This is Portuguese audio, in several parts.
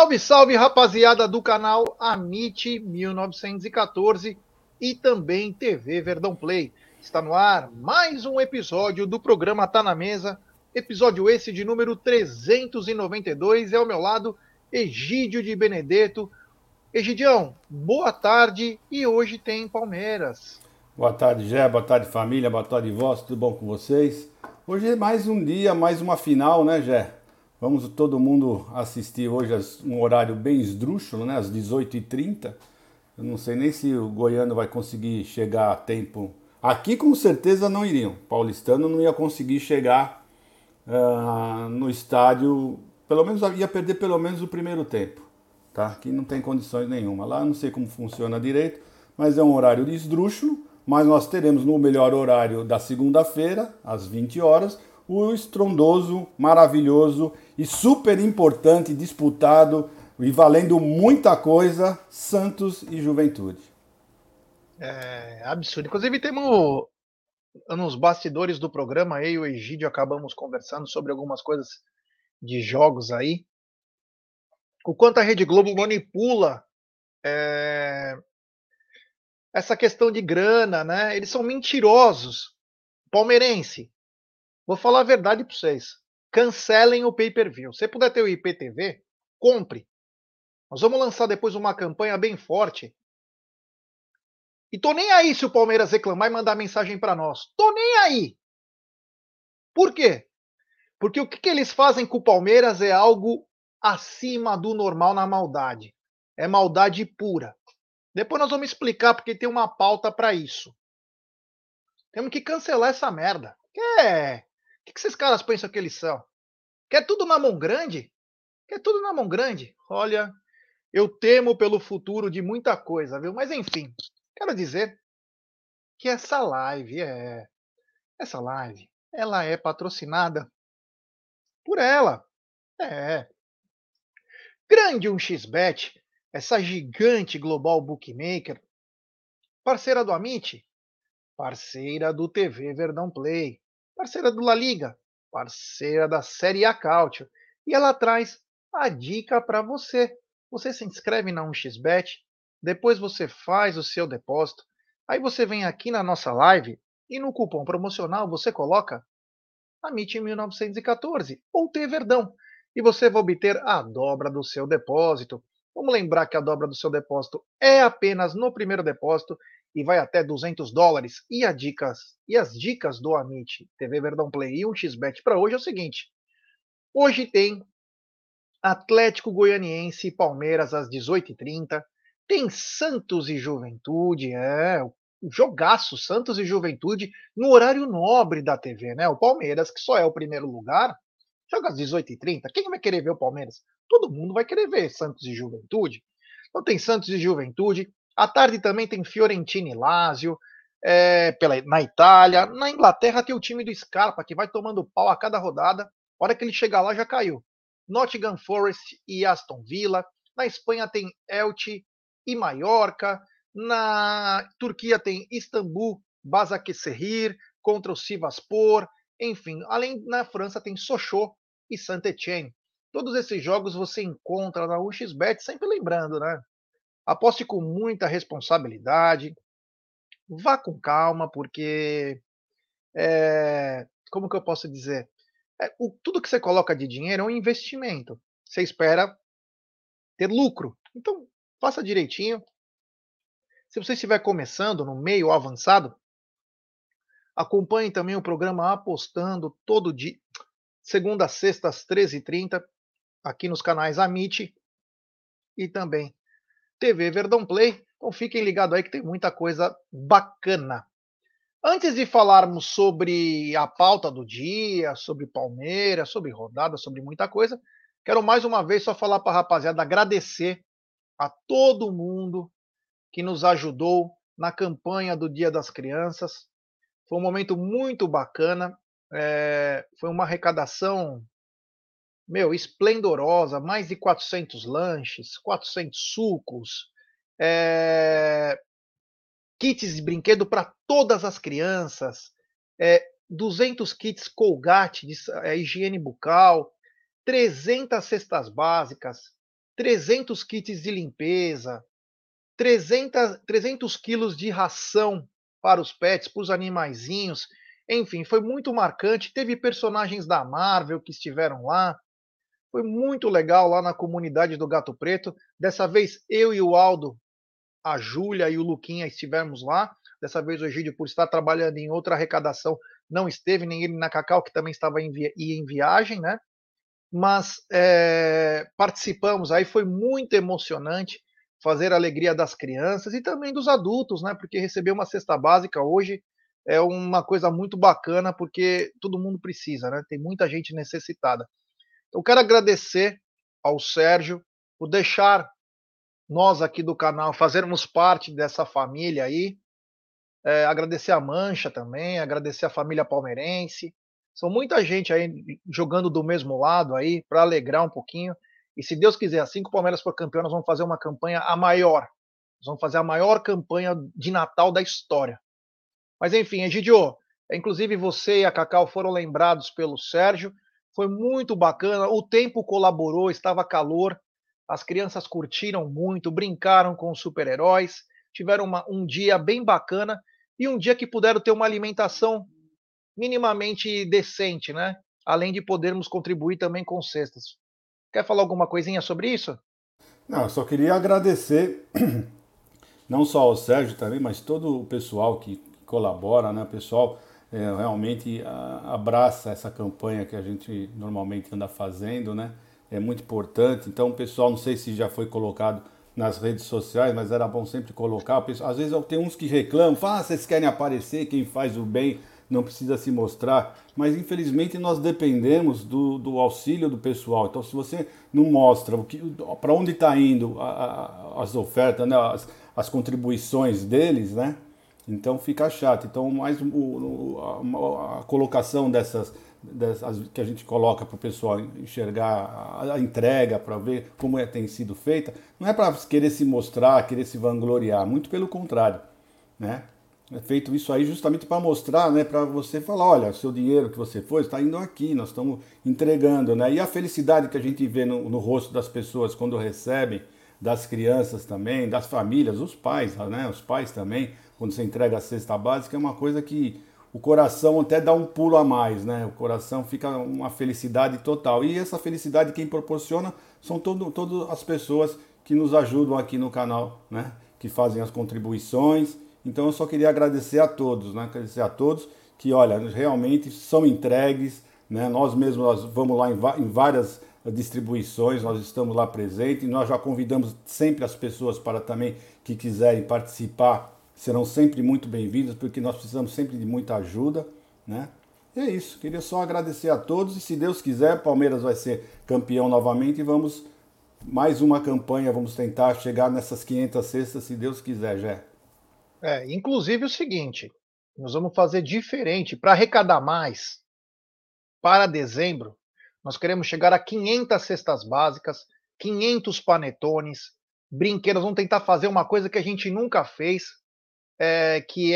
Salve, salve, rapaziada do canal Amit 1914 e também TV Verdão Play. Está no ar mais um episódio do programa Tá na Mesa, episódio esse de número 392. É ao meu lado, Egídio de Benedetto. Egidião, boa tarde e hoje tem Palmeiras. Boa tarde, Gé. Boa tarde, família. Boa tarde, vós. Tudo bom com vocês? Hoje é mais um dia, mais uma final, né, Gé? Vamos todo mundo assistir hoje um horário bem esdrúxulo, né? Às 18h30. Eu não sei nem se o goiano vai conseguir chegar a tempo. Aqui, com certeza, não iriam. Paulistano não ia conseguir chegar no estádio. Pelo menos ia perder pelo menos o primeiro tempo. Tá? Aqui não tem condições nenhuma. Lá eu não sei como funciona direito, mas é um horário de esdrúxulo. Mas nós teremos no melhor horário da segunda-feira, às 20 horas, o estrondoso, maravilhoso e super importante, disputado e valendo muita coisa, Santos e Juventude. É absurdo. Inclusive, temos nos bastidores do programa, eu e o Egídio acabamos conversando sobre algumas coisas de jogos aí. O quanto a Rede Globo manipula essa questão de grana, né? Eles são mentirosos. Palmeirense, vou falar a verdade para vocês. Cancelem o pay-per-view. Se puder ter o IPTV, compre. Nós vamos lançar depois uma campanha bem forte. E tô nem aí se o Palmeiras reclamar e mandar mensagem para nós. Tô nem aí. Por quê? Porque o que eles fazem com o Palmeiras é algo acima do normal na maldade. É maldade pura. Depois nós vamos explicar porque tem uma pauta para isso. Temos que cancelar essa merda. O que esses caras pensam que eles são? Quer tudo na mão grande? Quer tudo na mão grande? Olha, eu temo pelo futuro de muita coisa, viu? Mas enfim, quero dizer que essa live, ela é patrocinada por ela. É. Grande 1xBet, essa gigante global bookmaker, parceira do Amit, parceira do TV Verdão Play, parceira do La Liga, parceira da Série A Cautio. E ela traz a dica para você. Você se inscreve na 1xBet, depois você faz o seu depósito, aí você vem aqui na nossa live e no cupom promocional você coloca Amit 1914 ou T Verdão e você vai obter a dobra do seu depósito. Vamos lembrar que a dobra do seu depósito é apenas no primeiro depósito e vai até US$ 200. E as dicas do Amit TV Verdão Play e 1xBet para hoje é o seguinte: hoje tem Atlético Goianiense e Palmeiras às 18h30. Tem Santos e Juventude, o jogaço Santos e Juventude no horário nobre da TV, né? O Palmeiras, que só é o primeiro lugar, joga às 18h30. Quem vai querer ver o Palmeiras? Todo mundo vai querer ver Santos e Juventude. Então tem Santos e Juventude. À tarde também tem Fiorentina e Lazio. Na Itália. Na Inglaterra tem o time do Scarpa, que vai tomando pau a cada rodada. A hora que ele chegar lá, já caiu. Nottingham Forest e Aston Villa. Na Espanha tem Elche e Mallorca. Na Turquia tem Istambul, Basaksehir contra o Sivasspor. Enfim, além na França tem Sochaux e Saint-Étienne. Todos esses jogos você encontra na 1xBet, sempre lembrando, né? Aposte com muita responsabilidade, vá com calma, porque como que eu posso dizer? Tudo que você coloca de dinheiro é um investimento. Você espera ter lucro. Então, faça direitinho. Se você estiver começando, no meio ou avançado, acompanhe também o programa Apostando todo dia, segunda a sexta às 13h30, aqui nos canais Amit e também TV Verdão Play. Então fiquem ligados aí que tem muita coisa bacana. Antes de falarmos sobre a pauta do dia, sobre Palmeiras, sobre rodada, sobre muita coisa, quero mais uma vez só falar para a rapaziada, agradecer a todo mundo que nos ajudou na campanha do Dia das Crianças. Foi um momento muito bacana. Foi uma arrecadação, esplendorosa, mais de 400 lanches, 400 sucos, kits de brinquedo para todas as crianças, 200 kits Colgate de higiene bucal, 300 cestas básicas, 300 kits de limpeza, 300 quilos de ração para os pets, para os animaizinhos. Enfim, foi muito marcante. Teve personagens da Marvel que estiveram lá. Foi muito legal lá na comunidade do Gato Preto. Dessa vez, eu e o Aldo, a Júlia e o Luquinha estivemos lá. Dessa vez, o Egídio, por estar trabalhando em outra arrecadação, não esteve, nem ele na Cacau, que também estava em viagem, né? Mas participamos, aí foi muito emocionante fazer a alegria das crianças e também dos adultos, né? Porque receber uma cesta básica hoje é uma coisa muito bacana, porque todo mundo precisa, né? Tem muita gente necessitada. Eu quero agradecer ao Sérgio por deixar nós aqui do canal fazermos parte dessa família aí. Agradecer a Mancha também, agradecer a família palmeirense. São muita gente aí jogando do mesmo lado aí para alegrar um pouquinho. E se Deus quiser, assim que o Palmeiras for campeão, nós vamos fazer uma campanha a maior. Nós vamos fazer a maior campanha de Natal da história. Mas enfim, Egidio, inclusive você e a Cacau foram lembrados pelo Sérgio. Foi muito bacana, o tempo colaborou, estava calor, as crianças curtiram muito, brincaram com os super-heróis, tiveram um dia bem bacana e um dia que puderam ter uma alimentação minimamente decente, né? Além de podermos contribuir também com cestas. Quer falar alguma coisinha sobre isso? Não, eu só queria agradecer não só ao Sérgio também, mas todo o pessoal que colabora, né? O pessoal realmente abraça essa campanha que a gente normalmente anda fazendo, né? É muito importante. Então, o pessoal, não sei se já foi colocado nas redes sociais, mas era bom sempre colocar. Às vezes tem uns que reclamam, falam, vocês querem aparecer, quem faz o bem não precisa se mostrar, mas infelizmente nós dependemos do auxílio do pessoal. Então, se você não mostra para onde está indo as ofertas, né, as contribuições deles, né? Então fica chato. Então, mais a colocação dessas que a gente coloca para o pessoal enxergar a entrega, para ver como tem sido feita, não é para querer se mostrar, querer se vangloriar, muito pelo contrário, né? É feito isso aí justamente para mostrar, né, para você falar, olha, o seu dinheiro que você foi está indo aqui, nós estamos entregando, né? E a felicidade que a gente vê no rosto das pessoas quando recebem, das crianças também, das famílias, os pais, né? Os pais também, quando você entrega a cesta básica, é uma coisa que o coração até dá um pulo a mais, né? O coração fica uma felicidade total. E essa felicidade quem proporciona são todas as pessoas que nos ajudam aqui no canal, né? Que fazem as contribuições. Então eu só queria agradecer a todos, né? Agradecer a todos que, olha, realmente são entregues, né? Nós mesmos nós vamos lá em várias distribuições, nós estamos lá presentes, nós já convidamos sempre as pessoas para também que quiserem participar, serão sempre muito bem-vindas, porque nós precisamos sempre de muita ajuda, né? E é isso, queria só agradecer a todos e se Deus quiser, Palmeiras vai ser campeão novamente e vamos mais uma campanha, vamos tentar chegar nessas 500 cestas, se Deus quiser, Jé. Inclusive o seguinte, nós vamos fazer diferente para arrecadar mais. Para dezembro, nós queremos chegar a 500 cestas básicas, 500 panetones, brinquedos. Vamos tentar fazer uma coisa que a gente nunca fez, que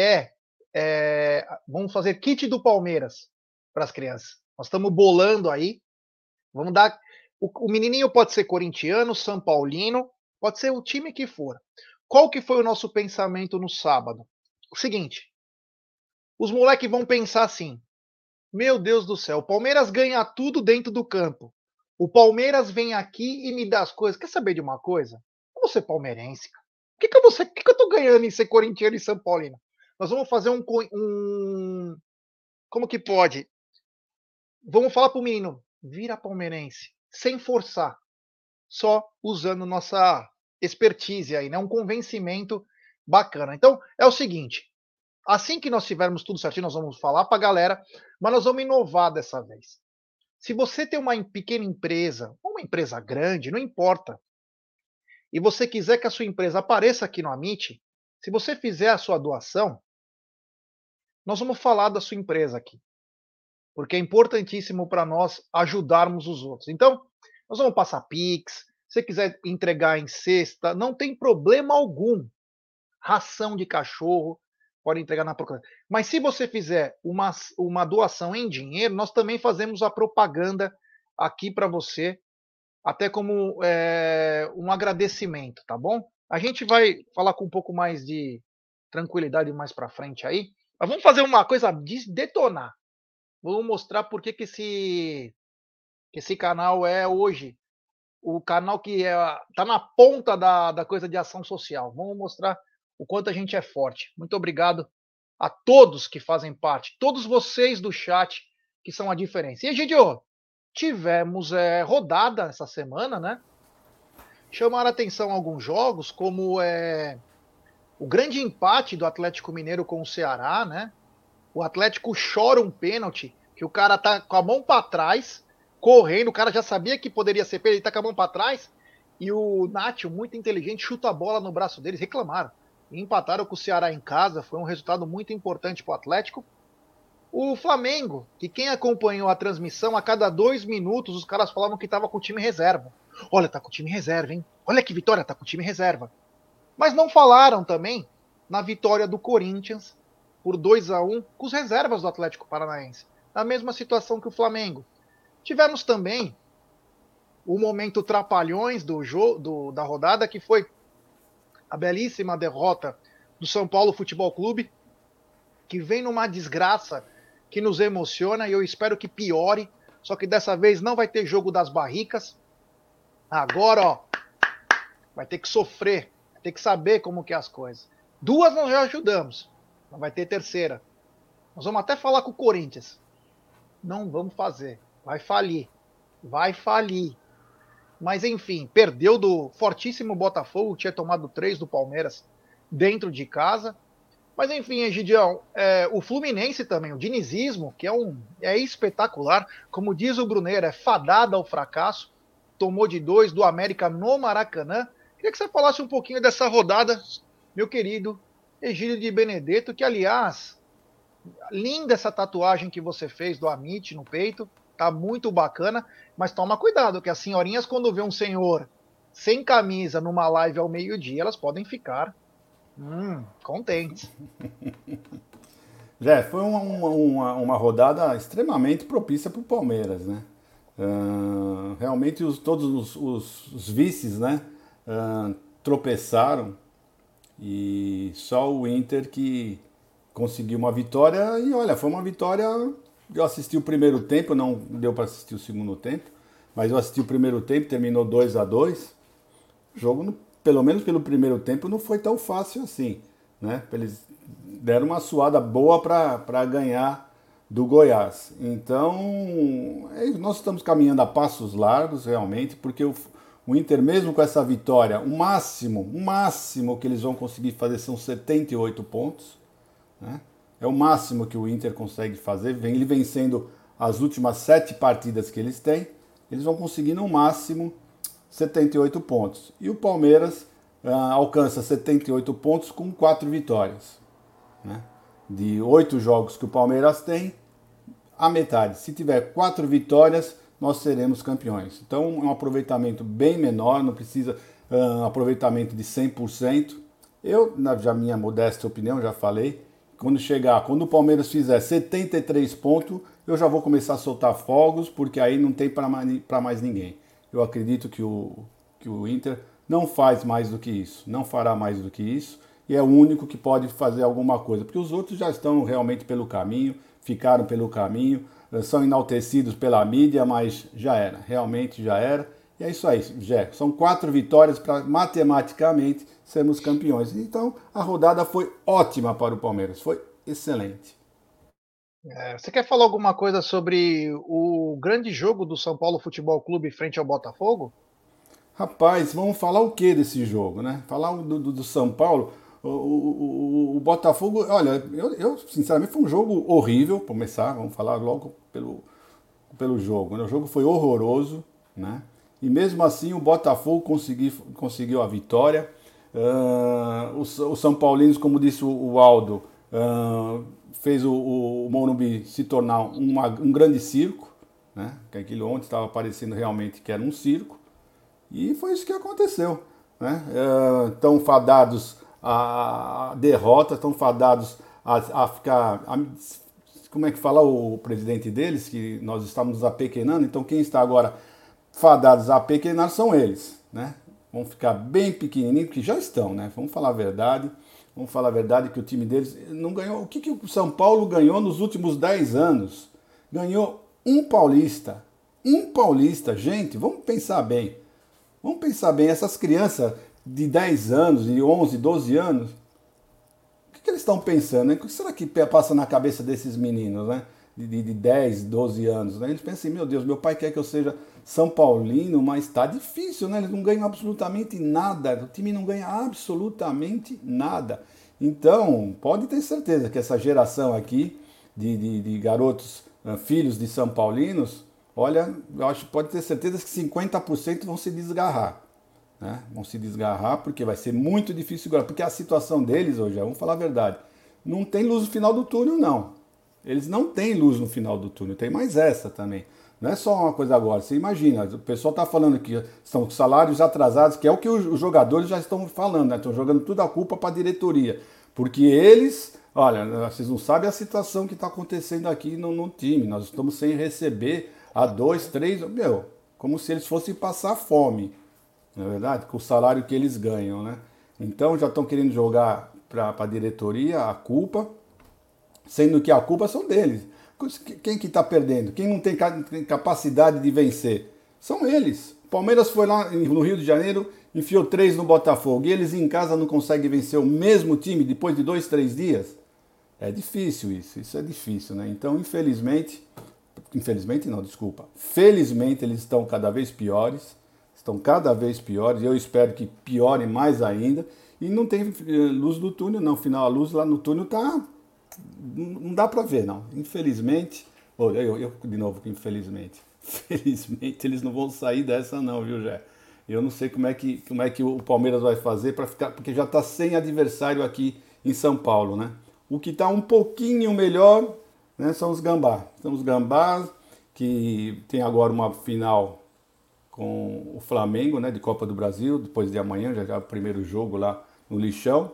vamos fazer kit do Palmeiras para as crianças. Nós estamos bolando aí. Vamos dar. O menininho pode ser corintiano, São Paulino, pode ser o time que for. Qual que foi o nosso pensamento no sábado? O seguinte, os moleques vão pensar assim, meu Deus do céu, o Palmeiras ganha tudo dentro do campo. O Palmeiras vem aqui e me dá as coisas. Quer saber de uma coisa? Eu vou ser palmeirense, cara. O que eu tô ganhando em ser corintiano e São Paulino? Nós vamos fazer como que pode? Vamos falar pro menino, vira palmeirense, sem forçar, só usando nossa expertise aí, né? Um convencimento bacana. Então, é o seguinte, assim que nós tivermos tudo certinho, nós vamos falar para a galera, mas nós vamos inovar dessa vez. Se você tem uma pequena empresa, ou uma empresa grande, não importa, e você quiser que a sua empresa apareça aqui no Amit, se você fizer a sua doação, nós vamos falar da sua empresa aqui, porque é importantíssimo para nós ajudarmos os outros. Então, nós vamos passar Pix, se você quiser entregar em cesta, não tem problema algum. Ração de cachorro, pode entregar na procura. Mas se você fizer uma doação em dinheiro, nós também fazemos a propaganda aqui para você até como um agradecimento, tá bom? A gente vai falar com um pouco mais de tranquilidade mais para frente aí. Mas vamos fazer uma coisa de detonar. Vamos mostrar por que, que esse canal é hoje o canal que tá na ponta da coisa de ação social. Vamos mostrar o quanto a gente é forte. Muito obrigado a todos que fazem parte, todos vocês do chat que são a diferença. E, Egidio, tivemos rodada essa semana, né? Chamaram a atenção alguns jogos, como o grande empate do Atlético Mineiro com o Ceará, né? O Atlético chora um pênalti, que o cara tá com a mão para trás, correndo, o cara já sabia que poderia ser pênalti, ele tá com a mão para trás, e o Nacho, muito inteligente, chuta a bola no braço deles, reclamaram. E empataram com o Ceará em casa, foi um resultado muito importante para o Atlético. O Flamengo, que quem acompanhou a transmissão, a cada 2 minutos os caras falavam que estava com o time reserva. Olha, tá com o time reserva, hein? Olha que vitória, tá com o time reserva. Mas não falaram também na vitória do Corinthians por 2-1 com os reservas do Atlético Paranaense. Na mesma situação que o Flamengo. Tivemos também o momento trapalhões da rodada, que foi a belíssima derrota do São Paulo Futebol Clube, que vem numa desgraça que nos emociona e eu espero que piore. Só que dessa vez não vai ter jogo das barricas. Agora, ó, vai ter que sofrer, vai ter que saber como que é as coisas. 2 nós já ajudamos, não vai ter terceira. Nós vamos até falar com o Corinthians. Não vamos fazer, vai falir, vai falir. Mas enfim, perdeu do fortíssimo Botafogo, tinha tomado 3 do Palmeiras dentro de casa. Mas enfim, Egidião, o Fluminense também, o dinizismo, que é espetacular, como diz o Brunner, é fadada ao fracasso, tomou de 2 do América no Maracanã. Queria que você falasse um pouquinho dessa rodada, meu querido Egídio de Benedetto, que aliás, linda essa tatuagem que você fez do Amit no peito, tá muito bacana, mas toma cuidado, que as senhorinhas quando vê um senhor sem camisa numa live ao meio-dia, elas podem ficar contentes. Foi uma rodada extremamente propícia para o Palmeiras, né? Realmente todos os vices, né, tropeçaram e só o Inter que conseguiu uma vitória. E olha, foi uma vitória. Eu assisti o primeiro tempo, não deu para assistir o segundo tempo, mas eu assisti o primeiro tempo, terminou 2-2. O jogo, pelo menos pelo primeiro tempo, não foi tão fácil assim, né? Eles deram uma suada boa para ganhar do Goiás. Então, nós estamos caminhando a passos largos, realmente, porque o Inter, mesmo com essa vitória, o máximo que eles vão conseguir fazer são 78 pontos, né? É o máximo que o Inter consegue fazer. Ele vencendo as últimas 7 partidas que eles têm, eles vão conseguir no máximo 78 pontos. E o Palmeiras alcança 78 pontos com 4 vitórias, né? De 8 jogos que o Palmeiras tem, a metade. Se tiver 4 vitórias, nós seremos campeões. Então é um aproveitamento bem menor, não precisa aproveitamento de 100%. Eu, na minha modesta opinião, já falei, quando o Palmeiras fizer 73 pontos, eu já vou começar a soltar fogos, porque aí não tem para mais ninguém. Eu acredito que o Inter não faz mais do que isso, não fará mais do que isso, e é o único que pode fazer alguma coisa, porque os outros já estão realmente pelo caminho, ficaram pelo caminho, são enaltecidos pela mídia, mas já era, realmente já era. E é isso aí, Jé. São 4 vitórias para matematicamente sermos campeões. Então a rodada foi ótima para o Palmeiras, foi excelente. Você quer falar alguma coisa sobre o grande jogo do São Paulo Futebol Clube frente ao Botafogo? Rapaz, vamos falar o que desse jogo, né? Falar do São Paulo. O Botafogo, olha, eu sinceramente foi um jogo horrível, começar, vamos falar logo pelo jogo, né? O jogo foi horroroso, né? E mesmo assim o Botafogo conseguiu a vitória. Os São Paulinos, como disse o Aldo, fez o Morumbi se tornar um grande circo, né? Que aquilo ontem estava parecendo realmente que era um circo. E foi isso que aconteceu, né? Estão fadados a derrota, estão fadados a ficar... como é que fala o presidente deles? Que nós estamos nos apequenando. Então quem está agora fadados a pequenar são eles, né? Vão ficar bem pequenininhos, que já estão, né? Vamos falar a verdade. Vamos falar a verdade que o time deles não ganhou. O que, que o São Paulo ganhou nos últimos 10 anos? Ganhou um paulista. Um paulista, gente, vamos pensar bem. Vamos pensar bem, essas crianças de 10 anos, de 11, 12 anos, o que eles estão pensando, né? O que será que passa na cabeça desses meninos, né? De 10, 12 anos, né? Eles pensam assim, meu Deus, meu pai quer que eu seja São Paulino, mas tá difícil, né? Eles não ganham absolutamente nada, o time não ganha absolutamente nada. Então, pode ter certeza que essa geração aqui de garotos, filhos de São Paulinos, olha, eu acho que pode ter certeza que 50% vão se desgarrar. Né? Vão se desgarrar porque vai ser muito difícil agora. Porque a situação deles hoje, vamos falar a verdade, não tem luz no final do túnel, não. Eles não têm luz no final do túnel. Tem mais essa também. Não é só uma coisa agora. Você imagina, o pessoal está falando que são salários atrasados, que é o que os jogadores já estão falando, né? Estão jogando toda a culpa para a diretoria. Porque eles, olha, vocês não sabem a situação que está acontecendo aqui no time. Nós estamos sem receber há 2, 3, meu, como se eles fossem passar fome. Não é verdade? Com o salário que eles ganham, né? Então já estão querendo jogar para a diretoria a culpa, sendo que a culpa são deles. Quem que está perdendo? Quem não tem capacidade de vencer? São eles. O Palmeiras foi lá no Rio de Janeiro, enfiou 3 no Botafogo, e eles em casa não conseguem vencer o mesmo time depois de 2, 3 dias? É difícil isso é difícil, né? Então, infelizmente não, desculpa. Felizmente eles estão cada vez piores. Estão cada vez piores, e eu espero que piorem mais ainda. E não tem luz do túnel, não. Afinal, a luz lá no túnel tá. Não dá para ver, não. Infelizmente. Eu de novo, infelizmente. Felizmente eles não vão sair dessa, não, viu, Jé? Eu não sei como é que o Palmeiras vai fazer para ficar. Porque já está sem adversário aqui em São Paulo, né? O que está um pouquinho melhor, né, são os Gambá. São os Gambás, que tem agora uma final com o Flamengo, né, de Copa do Brasil, depois de amanhã, já é o primeiro jogo lá no Lixão.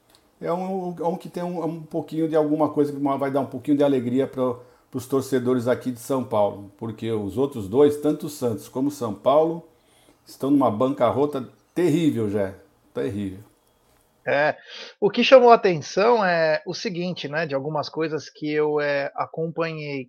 É um que tem um pouquinho de alguma coisa que vai dar um pouquinho de alegria para os torcedores aqui de São Paulo, porque os outros dois, tanto o Santos como o São Paulo, estão numa bancarrota terrível já, terrível. O que chamou a atenção é o seguinte, né, de algumas coisas que eu acompanhei.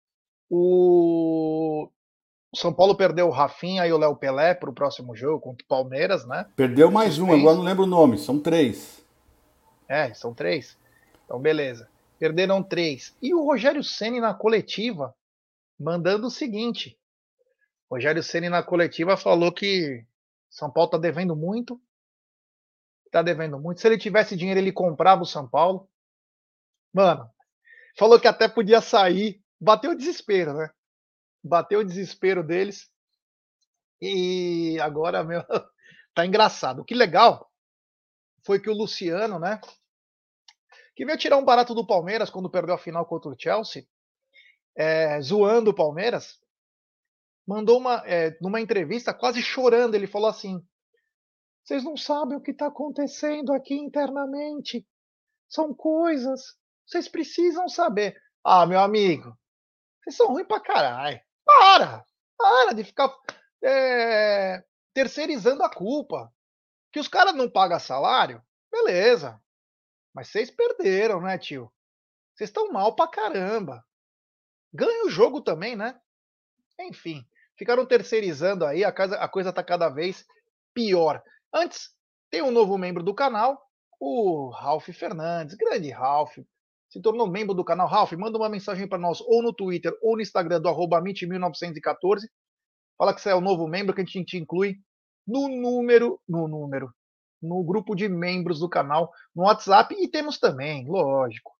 O São Paulo perdeu o Rafinha e o Léo Pelé para o próximo jogo contra o Palmeiras, né? Perdeu mais um, agora não Suspenso. lembro o nome, são 3. São 3. Então, beleza. Perderam 3. E o Rogério Ceni na coletiva, mandando o seguinte. O Rogério Ceni na coletiva falou que São Paulo está devendo muito. Está devendo muito. Se ele tivesse dinheiro, ele comprava o São Paulo. Mano, falou que até podia sair. Bateu o desespero, né? Bateu o desespero deles. E agora, meu, tá engraçado. O que legal foi que o Luciano, né? Que veio tirar um barato do Palmeiras quando perdeu a final contra o Chelsea, zoando o Palmeiras, mandou numa entrevista quase chorando. Ele falou assim: vocês não sabem o que está acontecendo aqui internamente. São coisas. Vocês precisam saber. Ah, meu amigo, vocês são ruins pra caralho. Para de ficar terceirizando a culpa. Que os caras não pagam salário, beleza. Mas vocês perderam, né, tio? Vocês estão mal pra caramba. Ganha o jogo também, né? Enfim, ficaram terceirizando aí, a coisa tá cada vez pior. Antes, tem um novo membro do canal, o Ralph Fernandes, grande Ralph, se tornou membro do canal. Ralph, manda uma mensagem para nós, ou no Twitter, ou no Instagram do @mit1914. Fala que você é o novo membro, que a gente te inclui no grupo de membros do canal, no WhatsApp, e temos também, lógico,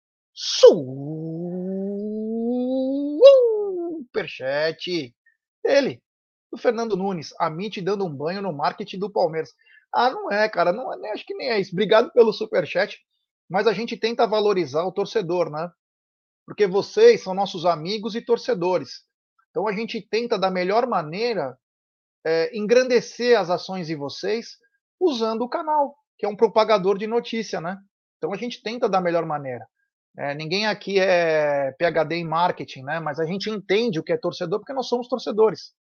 Superchat. Ele, o Fernando Nunes, a Mint dando um banho no marketing do Palmeiras. Ah, não é, cara, não é, acho que nem é isso. Obrigado pelo superchat, mas a gente tenta valorizar o torcedor, né? Porque vocês são nossos amigos e torcedores. Então a gente tenta da melhor maneira engrandecer as ações de vocês usando o canal, que é um propagador de notícia, né? Então a gente tenta da melhor maneira. Ninguém aqui é PhD em marketing, né? Mas a gente entende o que é torcedor porque nós somos torcedores.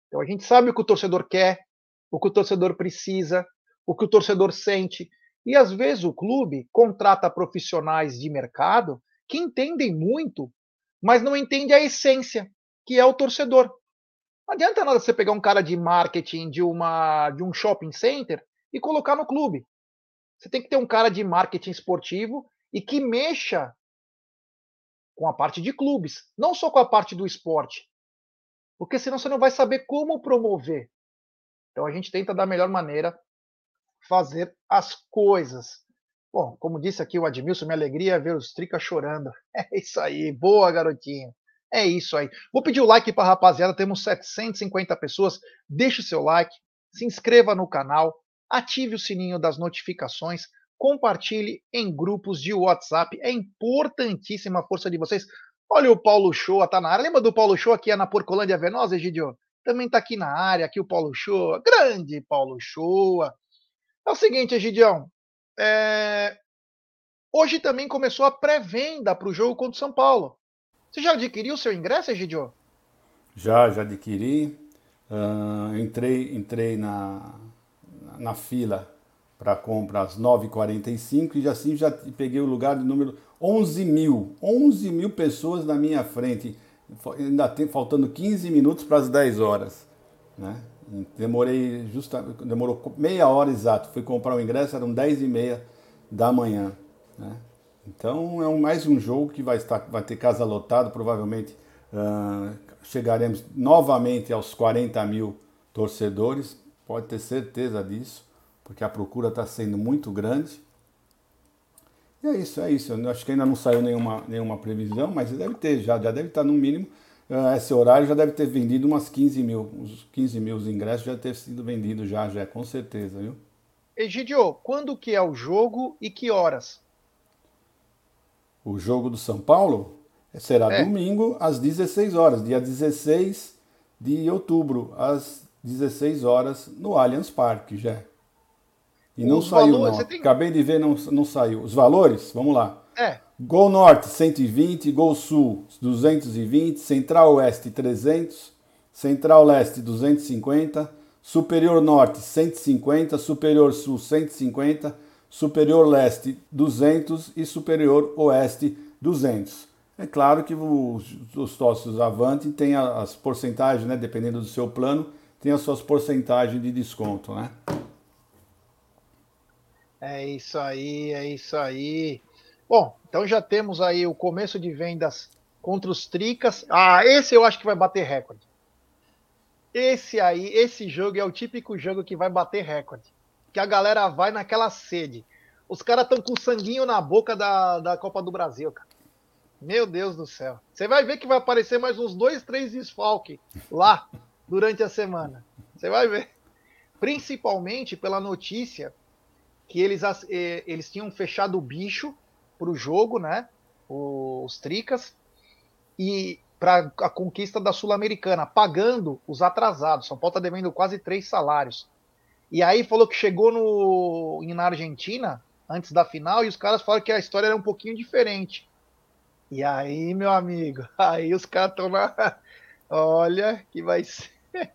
Então a gente sabe o que o torcedor quer, o que o torcedor precisa, o que o torcedor sente. E às vezes o clube contrata profissionais de mercado que entendem muito, mas não entendem a essência, que é o torcedor. Não adianta nada você pegar um cara de marketing de um shopping center e colocar no clube. Você tem que ter um cara de marketing esportivo e que mexa com a parte de clubes, não só com a parte do esporte, porque senão você não vai saber como promover. Então a gente tenta da melhor maneira fazer as coisas. Bom, como disse aqui o Admilson, minha alegria é ver os Tricas chorando. É isso aí, boa garotinho. É isso aí. Vou pedir o like para a rapaziada, temos 750 pessoas. Deixe o seu like, se inscreva no canal, ative o sininho das notificações, compartilhe em grupos de WhatsApp. É importantíssima a força de vocês. Olha o Paulo Shoa, tá na área. Lembra do Paulo Shoa que é na Porcolândia Venosa, Egidio? Também tá aqui na área, aqui o Paulo Shoa. Grande Paulo Shoa. É o seguinte, Egidião. É... Hoje também começou a pré-venda para o jogo contra o São Paulo. Você já adquiriu o seu ingresso, Egidio? Já adquiri. Entrei na fila para compra às 9h45 e assim já peguei o lugar de número 11 mil. 11 mil pessoas na minha frente. Ainda faltando 15 minutos para as 10 horas. Né? Demorou meia hora exato. Fui comprar o ingresso, eram 10h30 da manhã. Né? Então mais um jogo que vai ter casa lotada, provavelmente chegaremos novamente aos 40 mil torcedores, pode ter certeza disso, porque a procura está sendo muito grande. E é isso. Eu acho que ainda não saiu nenhuma previsão, mas deve ter, já deve estar no mínimo. Esse horário já deve ter vendido umas 15 mil. Uns 15 mil ingressos já deve ter sido vendido já, com certeza, viu? Egidio, quando que é o jogo e que horas? O jogo do São Paulo será É. domingo às 16 horas, dia 16 de outubro, às 16 horas, no Allianz Parque, já. E não Os saiu, valores, não. você tem. Acabei de ver, não saiu. Os valores? Vamos lá. É. Gol Norte, 120. Gol Sul, 220. Central Oeste, 300. Central Leste, 250. Superior Norte, 150. Superior Sul, 150. Superior Leste, 200. E Superior Oeste, 200. É claro que os sócios Avante têm as porcentagens, né? Dependendo do seu plano, tem as suas porcentagens de desconto, né? É isso aí, é isso aí. Bom, então já temos aí o começo de vendas contra os Tricas. Ah, esse eu acho que vai bater recorde. Esse aí, esse jogo é o típico jogo que vai bater recorde. Que a galera vai naquela sede. Os caras estão com sanguinho na boca da Copa do Brasil, cara. Meu Deus do céu. Você vai ver que vai aparecer mais uns 2, 3 desfalques lá durante a semana. Você vai ver. Principalmente pela notícia que eles tinham fechado o bicho para o jogo, né? Os Tricas, e para a conquista da Sul-Americana, pagando os atrasados. São Paulo está devendo quase 3 salários. E aí falou que chegou na Argentina, antes da final, e os caras falaram que a história era um pouquinho diferente. E aí, meu amigo, aí os caras estão na. Olha, que vai ser.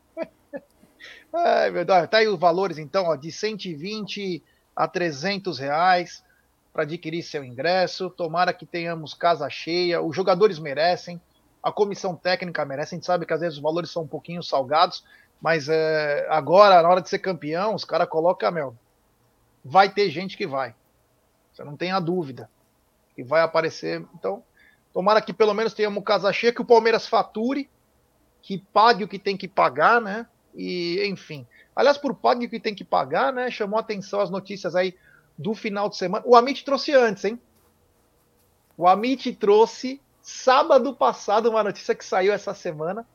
Ai, meu Deus. Tá aí os valores, então, ó, de 120 a 300 reais para adquirir seu ingresso. Tomara que tenhamos casa cheia. Os jogadores merecem, a comissão técnica merece. A gente sabe que às vezes os valores são um pouquinho salgados, mas agora, na hora de ser campeão, os caras colocam, meu, vai ter gente que vai. Você não tem a dúvida que vai aparecer. Então, tomara que pelo menos tenhamos casa cheia, que o Palmeiras fature, que pague o que tem que pagar, né? E, enfim. Aliás, por pague o que tem que pagar, né? Chamou atenção as notícias aí do final de semana. O Amit trouxe antes, hein? O Amit trouxe sábado passado uma notícia que saiu essa semana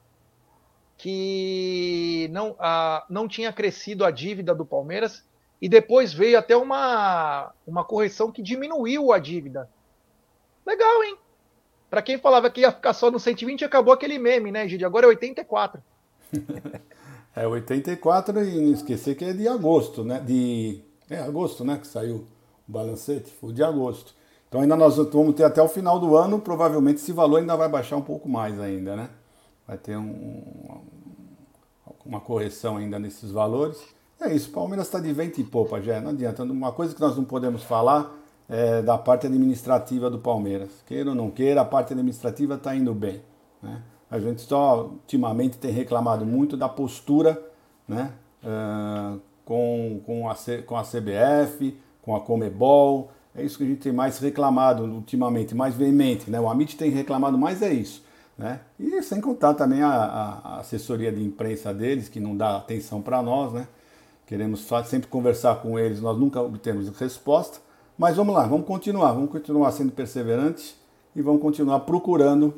que não tinha crescido a dívida do Palmeiras e depois veio até uma correção que diminuiu a dívida. Legal, hein? Para quem falava que ia ficar só no 120, acabou aquele meme, né, Gide? Agora é 84. É 84 e não esquecer que é de agosto, né? Agosto, né? Que saiu o balancete, foi de agosto. Então ainda nós vamos ter até o final do ano, provavelmente esse valor ainda vai baixar um pouco mais ainda, né? Vai ter uma correção ainda nesses valores. É isso, o Palmeiras está de vento e popa, já não adianta. Uma coisa que nós não podemos falar é da parte administrativa do Palmeiras. Queira ou não queira, a parte administrativa está indo bem, né? A gente só ultimamente tem reclamado muito da postura, né, com a CBF, com a Comebol. É isso que a gente tem mais reclamado ultimamente, mais veemente, né? O Amit tem reclamado mais é isso, né? E sem contar também a assessoria de imprensa deles, que não dá atenção para nós, né? Queremos sempre conversar com eles, nós nunca obtemos resposta. Mas vamos lá, vamos continuar sendo perseverantes e vamos continuar procurando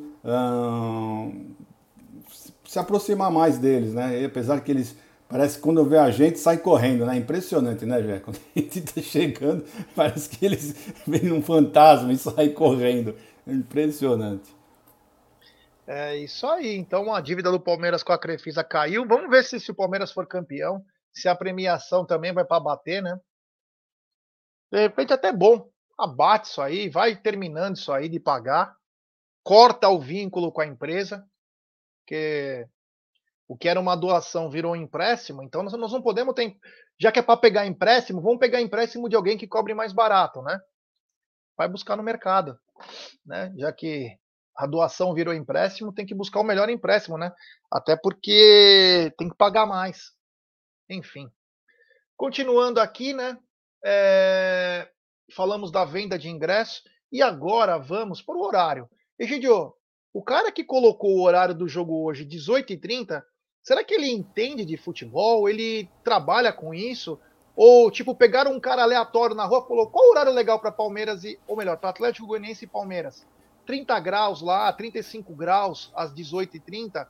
se aproximar mais deles, né? E apesar que eles, parece que quando vê a gente, sai correndo, né? Impressionante, né, Jé? Quando a gente tá chegando, parece que eles veem um fantasma e saem correndo. É impressionante. É isso aí. Então a dívida do Palmeiras com a Crefisa caiu. Vamos ver se o Palmeiras for campeão, se a premiação também vai para bater, né? De repente até bom. Abate isso aí, vai terminando isso aí de pagar, corta o vínculo com a empresa, porque o que era uma doação virou um empréstimo, então nós não podemos ter. Já que é para pegar empréstimo, vamos pegar empréstimo de alguém que cobre mais barato, né? Vai buscar no mercado, né? Já que a doação virou empréstimo, tem que buscar o melhor empréstimo, né? Até porque tem que pagar mais. Enfim. Continuando aqui, né? Falamos da venda de ingresso e agora vamos para o horário. Egidio, o cara que colocou o horário do jogo hoje, 18h30, será que ele entende de futebol? Ele trabalha com isso? Ou, tipo, pegaram um cara aleatório na rua e falou qual o horário legal para Palmeiras, ou melhor, para Atlético Goianiense e Palmeiras? 30 graus lá, 35 graus às 18h30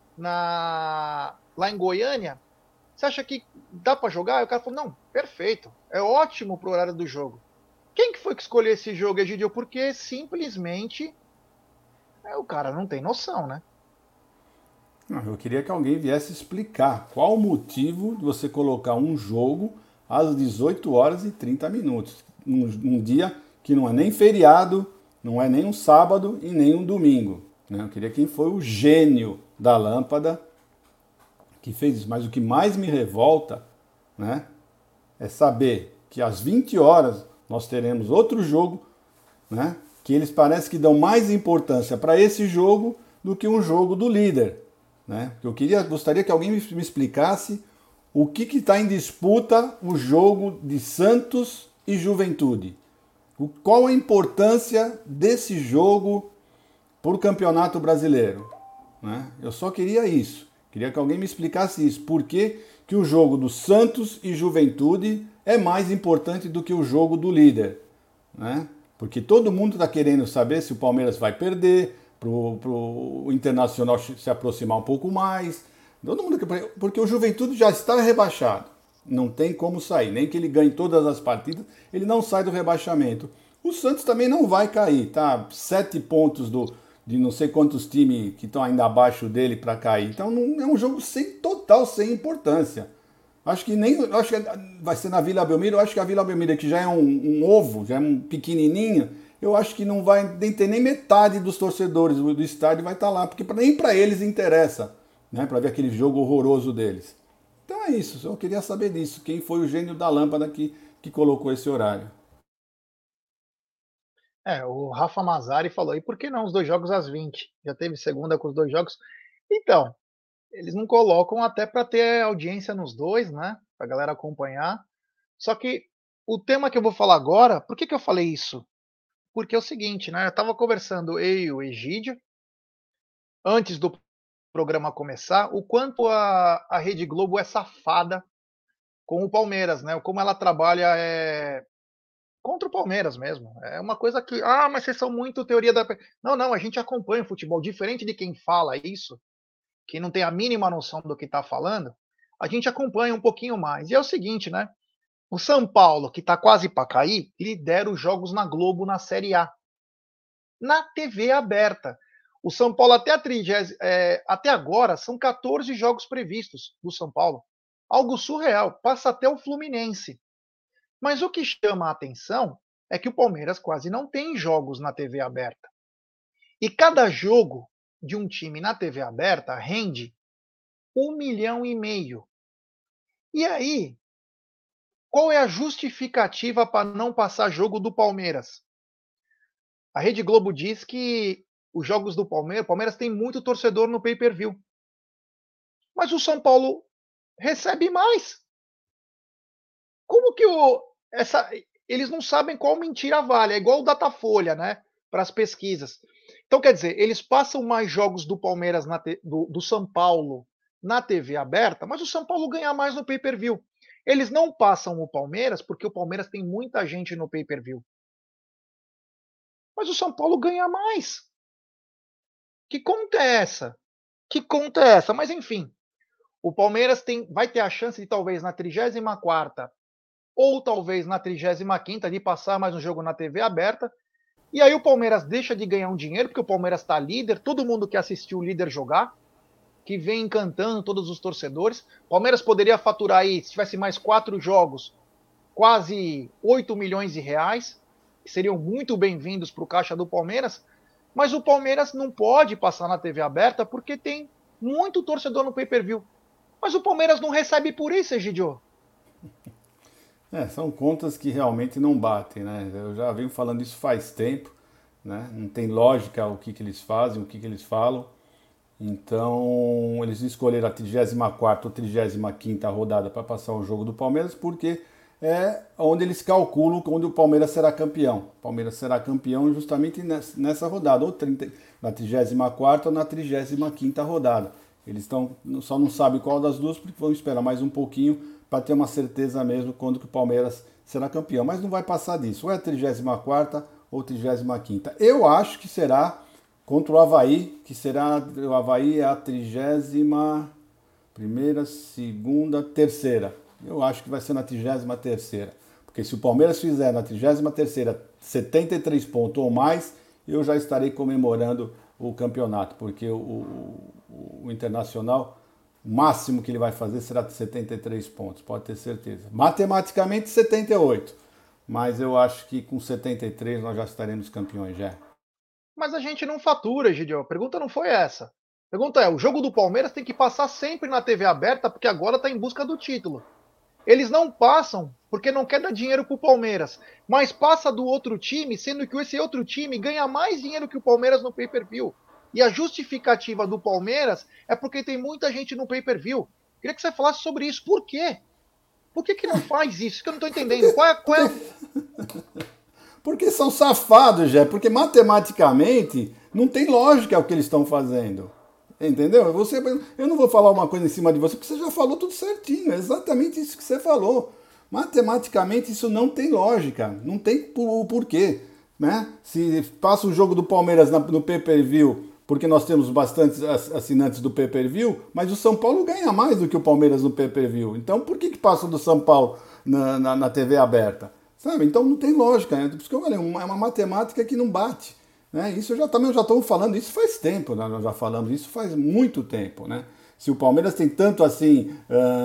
lá em Goiânia? Você acha que dá para jogar? E o cara falou, não, perfeito, é ótimo pro horário do jogo. Quem que foi que escolheu esse jogo, Egidio? Porque simplesmente o cara não tem noção, né? Eu queria que alguém viesse explicar qual o motivo de você colocar um jogo às 18 horas e 30 minutos. Um dia que não é nem feriado, não é nem um sábado e nem um domingo, né? Eu queria quem foi o gênio da lâmpada que fez isso. Mas o que mais me revolta, né, é saber que às 20 horas nós teremos outro jogo, né, que eles parecem que dão mais importância para esse jogo do que um jogo do líder, né? Gostaria que alguém me explicasse o que está em disputa o jogo de Santos e Juventude. Qual a importância desse jogo para o Campeonato Brasileiro, né? Eu só queria isso. Queria que alguém me explicasse isso. Por que o jogo do Santos e Juventude é mais importante do que o jogo do líder, né? Porque todo mundo está querendo saber se o Palmeiras vai perder, para o Internacional se aproximar um pouco mais. Todo mundo, porque o Juventude já está rebaixado. Não tem como sair. Nem que ele ganhe todas as partidas, ele não sai do rebaixamento. O Santos também não vai cair, tá? 7 pontos de não sei quantos times que estão ainda abaixo dele para cair. Então não, é um jogo sem importância. Acho que vai ser na Vila Belmiro. Eu acho que a Vila Belmiro, que já é um ovo, já é um pequenininho, eu acho que não vai ter nem metade dos torcedores do estádio vai estar lá, porque nem para eles interessa, né, para ver aquele jogo horroroso deles. Então é isso, eu queria saber disso, quem foi o gênio da lâmpada que colocou esse horário. O Rafa Mazari falou, e por que não os dois jogos às 20? Já teve segunda com os dois jogos. Então, eles não colocam até para ter audiência nos dois, né? Para a galera acompanhar. Só que o tema que eu vou falar agora, por que eu falei isso? Porque é o seguinte, né? Eu estava conversando eu e o Egídio, antes do programa começar, o quanto a Rede Globo é safada com o Palmeiras, né? Como ela trabalha contra o Palmeiras mesmo. É uma coisa que, mas vocês são muito teoria da. Não, não, a gente acompanha o futebol. Diferente de quem fala isso, que não tem a mínima noção do que está falando, a gente acompanha um pouquinho mais. E é o seguinte, né? O São Paulo, que está quase para cair, lidera os jogos na Globo na Série A. Na TV aberta. O São Paulo até agora são 14 jogos previstos do São Paulo. Algo surreal, passa até o Fluminense. Mas o que chama a atenção é que o Palmeiras quase não tem jogos na TV aberta. E cada jogo de um time na TV aberta rende 1,5 milhão. E aí, qual é a justificativa para não passar jogo do Palmeiras? A Rede Globo diz que os jogos do Palmeiras, o Palmeiras tem muito torcedor no pay-per-view. Mas o São Paulo recebe mais. Como que eles não sabem qual mentira vale? É igual o Datafolha, né? Para as pesquisas. Então, quer dizer, eles passam mais jogos do Palmeiras do São Paulo na TV aberta, mas o São Paulo ganha mais no pay-per-view. Eles não passam o Palmeiras porque o Palmeiras tem muita gente no pay-per-view. Mas o São Paulo ganha mais. Que conta é essa? Que conta é essa? Mas enfim, o Palmeiras vai ter a chance de talvez na 34ª ou talvez na 35ª de passar mais um jogo na TV aberta. E aí o Palmeiras deixa de ganhar um dinheiro, porque o Palmeiras está líder, todo mundo quer assistir o líder jogar, que vem encantando todos os torcedores. O Palmeiras poderia faturar aí, se tivesse mais 4 jogos, quase 8 milhões de reais, que seriam muito bem-vindos para o caixa do Palmeiras, mas o Palmeiras não pode passar na TV aberta porque tem muito torcedor no pay-per-view. Mas o Palmeiras não recebe por isso, Egidio. São contas que realmente não batem, né? Eu já venho falando isso faz tempo, né? Não tem lógica o que eles fazem, o que eles falam. Então, eles escolheram a 34ª ou 35ª rodada para passar o jogo do Palmeiras, porque é onde eles calculam onde o Palmeiras será campeão. O Palmeiras será campeão justamente nessa rodada, ou na 34ª ou na 35ª rodada. Eles só não sabem qual das duas, porque vão esperar mais um pouquinho para ter uma certeza mesmo quando que o Palmeiras será campeão. Mas não vai passar disso, ou é a 34ª ou 35ª. Eu acho que será contra o Avaí, que será o Avaí é a 31ª, segunda, terceira. Eu acho que vai ser na 33ª. Porque se o Palmeiras fizer na 33ª 73 pontos ou mais, eu já estarei comemorando o campeonato. Porque o Internacional, o máximo que ele vai fazer será 73 pontos, pode ter certeza. Matematicamente 78. Mas eu acho que com 73 nós já estaremos campeões já. Mas a gente não fatura, Egidio. A pergunta não foi essa. A pergunta é: o jogo do Palmeiras tem que passar sempre na TV aberta, porque agora está em busca do título. Eles não passam porque não quer dar dinheiro para o Palmeiras, mas passa do outro time, sendo que esse outro time ganha mais dinheiro que o Palmeiras no pay-per-view. E a justificativa do Palmeiras é porque tem muita gente no pay-per-view. Queria que você falasse sobre isso. Por quê? Por que não faz isso? Que eu não estou entendendo. Porque são safados, já. Porque matematicamente não tem lógica o que eles estão fazendo. Entendeu? Eu não vou falar uma coisa em cima de você, porque você já falou tudo certinho. É exatamente isso que você falou. Matematicamente isso não tem lógica. Não tem porquê. Né? Se passa o jogo do Palmeiras no pay-per-view, porque nós temos bastantes assinantes do pay-per-view, mas o São Paulo ganha mais do que o Palmeiras no pay-per-view. Então por que passa do São Paulo na TV aberta? Sabe? Então não tem lógica, né? Por isso que eu falei, é uma matemática que não bate. Né? Isso já estamos falando isso faz tempo, né? Nós já falamos isso faz muito tempo. Né? Se o Palmeiras tem tanto assim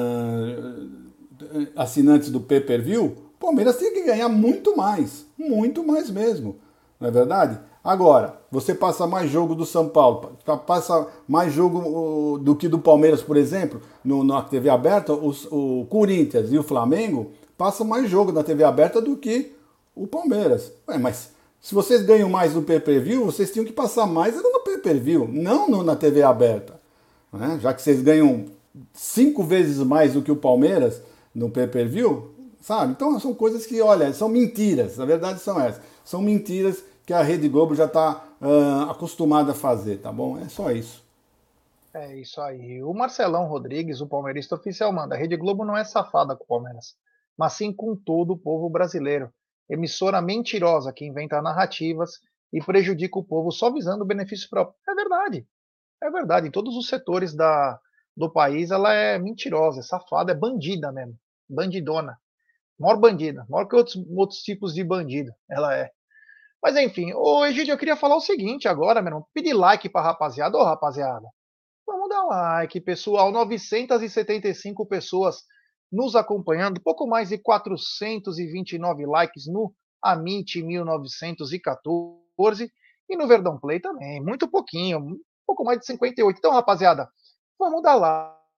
assinantes do pay-per-view, o Palmeiras tem que ganhar muito mais mesmo. Não é verdade? Agora, você passa mais jogo do São Paulo, passa mais jogo do que do Palmeiras, por exemplo, na TV aberta, o Corinthians e o Flamengo passa mais jogo na TV aberta do que o Palmeiras. Mas se vocês ganham mais no pay-per-view, vocês tinham que passar mais no pay-per-view, não na TV aberta. Né? Já que vocês ganham 5 vezes mais do que o Palmeiras no pay-per-view, sabe? Então são coisas que, olha, são mentiras. Na verdade são essas. São mentiras que a Rede Globo já está acostumada a fazer, tá bom? É só isso. É isso aí. O Marcelão Rodrigues, o palmeirista oficial, manda: a Rede Globo não é safada com o Palmeiras, mas sim com todo o povo brasileiro. Emissora mentirosa que inventa narrativas e prejudica o povo só visando o benefício próprio. É verdade. É verdade. Em todos os setores do país ela é mentirosa, é safada, é bandida mesmo. Bandidona. Maior bandida. Maior que outros tipos de bandido. Ela é. Mas enfim, ô Egídio, eu queria falar o seguinte agora, meu irmão. Pedir like pra rapaziada. Ô, rapaziada, vamos dar like, pessoal. 975 pessoas nos acompanhando, pouco mais de 429 likes no Amit 1914 e no Verdão Play também, muito pouquinho, um pouco mais de 58. Então, rapaziada, vamos dar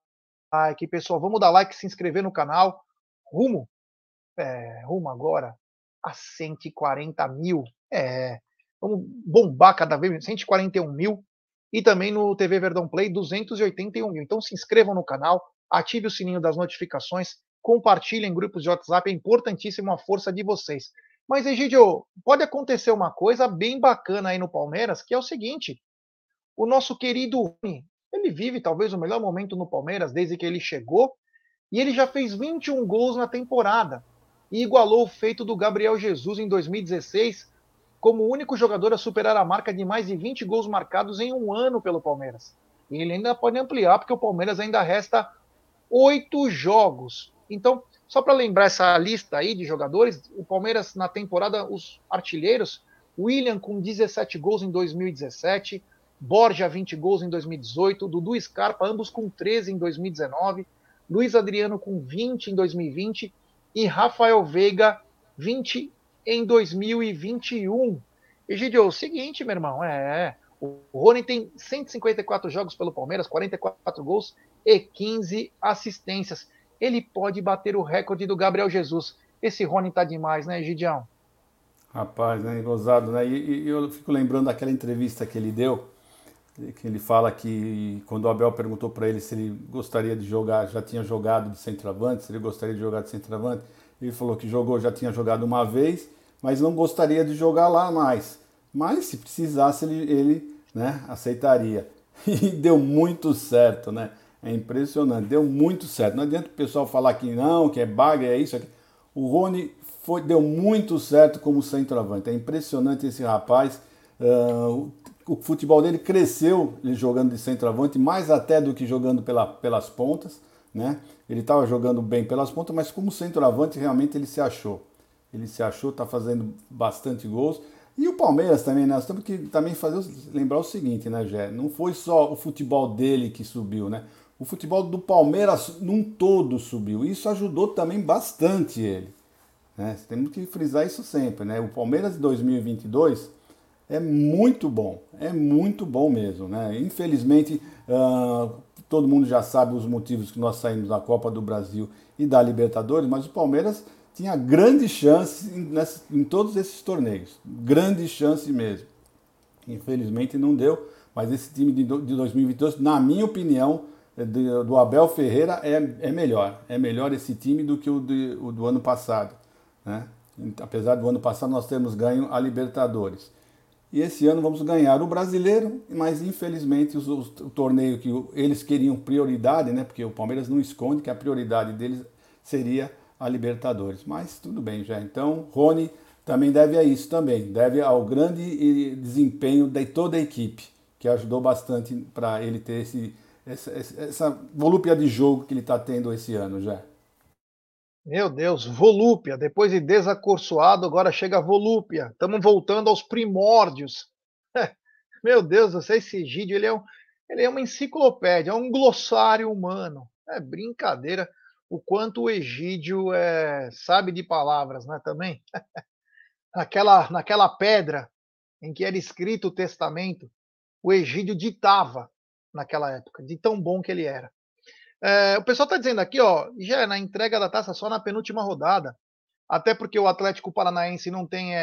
like, pessoal. Vamos dar like, se inscrever no canal. Rumo, rumo agora a 140 mil. Vamos bombar cada vez, 141 mil. E também no TV Verdão Play, 281 mil. Então se inscrevam no canal, ative o sininho das notificações, compartilhem em grupos de WhatsApp, é importantíssimo a força de vocês. Mas, Egidio, pode acontecer uma coisa bem bacana aí no Palmeiras, que é o seguinte: o nosso querido Rony, ele vive talvez o melhor momento no Palmeiras desde que ele chegou, e ele já fez 21 gols na temporada e igualou o feito do Gabriel Jesus em 2016 como o único jogador a superar a marca de mais de 20 gols marcados em um ano pelo Palmeiras. E ele ainda pode ampliar, porque o Palmeiras ainda resta 8 jogos. Então, só para lembrar essa lista aí de jogadores, o Palmeiras na temporada, os artilheiros, William com 17 gols em 2017, Borja 20 gols em 2018, Dudu Scarpa ambos com 13 em 2019, Luiz Adriano com 20 em 2020 e Rafael Veiga 20 em 2021. Egidio, é o seguinte, meu irmão, o Rony tem 154 jogos pelo Palmeiras, 44 gols e 15 assistências. Ele pode bater o recorde do Gabriel Jesus. Esse Rony tá demais, né, Egidião? Rapaz, né, gozado, né? E eu fico lembrando daquela entrevista que ele deu, que ele fala que quando o Abel perguntou para ele se ele gostaria de jogar, já tinha jogado de centroavante, se ele gostaria de jogar de centroavante, ele falou que jogou, já tinha jogado uma vez, mas não gostaria de jogar lá mais. Mas se precisasse, ele né, aceitaria. E deu muito certo, né? É impressionante, deu muito certo. Não adianta o pessoal falar que não, que é baga, é isso, aqui. O Rony deu muito certo como centroavante. É impressionante esse rapaz. O futebol dele cresceu ele jogando de centroavante, mais até do que jogando pelas pontas, né? Ele estava jogando bem pelas pontas, mas como centroavante realmente ele se achou. Ele se achou, está fazendo bastante gols. E o Palmeiras também, né? Nós temos que também lembrar o seguinte, né, Gé? Não foi só o futebol dele que subiu, né? O futebol do Palmeiras num todo subiu. Isso ajudou também bastante ele, né? Temos que frisar isso sempre, né? O Palmeiras de 2022 é muito bom mesmo, né? Infelizmente, todo mundo já sabe os motivos que nós saímos da Copa do Brasil e da Libertadores, mas o Palmeiras tinha grande chance em todos esses torneios, grande chance mesmo. Infelizmente não deu, mas esse time de 2022, na minha opinião, do Abel Ferreira é melhor esse time do que o do ano passado, né? Apesar do ano passado nós termos ganho a Libertadores. E esse ano vamos ganhar o Brasileiro, mas infelizmente o torneio que eles queriam prioridade, né? Porque o Palmeiras não esconde que a prioridade deles seria a Libertadores. Mas tudo bem já. Então, Rony também deve a isso também. Deve ao grande desempenho de toda a equipe, que ajudou bastante para ele ter essa volúpia de jogo que ele está tendo esse ano já. Meu Deus, volúpia. Depois de desacorçoado, agora chega a volúpia. Estamos voltando aos primórdios. Meu Deus, esse Egídio, ele é uma enciclopédia, é um glossário humano. É brincadeira o quanto o Egídio sabe de palavras, né, também. Naquela pedra em que era escrito o testamento, o Egídio ditava naquela época, de tão bom que ele era. O pessoal está dizendo aqui, ó, já é na entrega da taça só na penúltima rodada, até porque o Atlético Paranaense não tem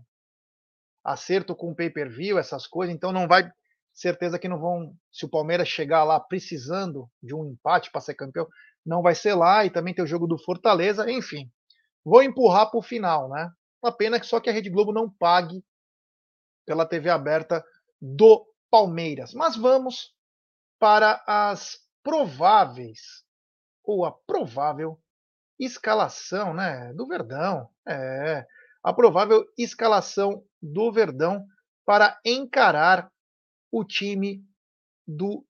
acerto com pay-per-view, essas coisas, então não vai, certeza que não vão, se o Palmeiras chegar lá precisando de um empate para ser campeão, não vai ser lá, e também tem o jogo do Fortaleza, enfim, vou empurrar para o final, né? Uma pena que só que a Rede Globo não pague pela TV aberta do Palmeiras. Mas vamos para as prováveis, ou a provável escalação, né, do Verdão. A provável escalação do Verdão para encarar o time do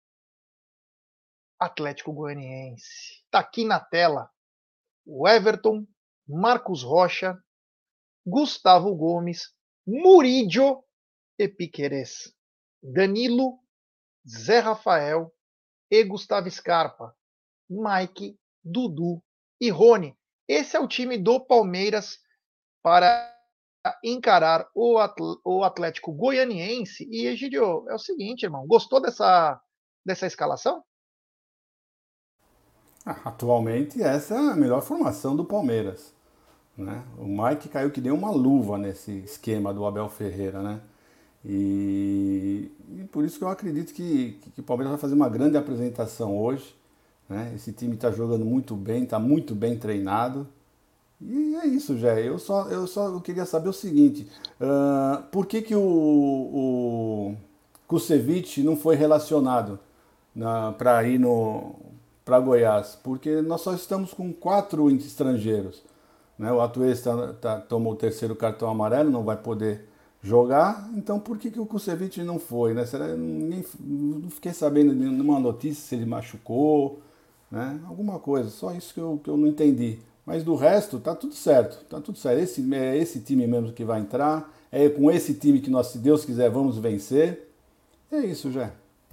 Atlético Goianiense. Está aqui na tela o Everton, Marcos Rocha, Gustavo Gomes, Murídio e Piquerez, Danilo, Zé Rafael e Gustavo Scarpa, Mike, Dudu e Rony. Esse é o time do Palmeiras para encarar o Atlético Goianiense. E, Egidio, é o seguinte, irmão, gostou dessa escalação? Atualmente, essa é a melhor formação do Palmeiras, né? O Mike caiu que deu uma luva nesse esquema do Abel Ferreira, né? E por isso que eu acredito que o Palmeiras vai fazer uma grande apresentação hoje, né? Esse time está jogando muito bem, está muito bem treinado. E é isso, Jé. Eu queria saber o seguinte: por que o Kusevich não foi relacionado para ir para Goiás? Porque nós só estamos com 4 estrangeiros, né? O Atuesta tomou o terceiro cartão amarelo, não vai poder jogar. Então por que o Kusevich não foi, né? Não fiquei sabendo de nenhuma notícia se ele machucou, né? Alguma coisa, só isso que eu não entendi. Mas do resto, tá tudo certo, tá tudo certo. É esse time mesmo que vai entrar, é com esse time que nós, se Deus quiser, vamos vencer. É isso, já.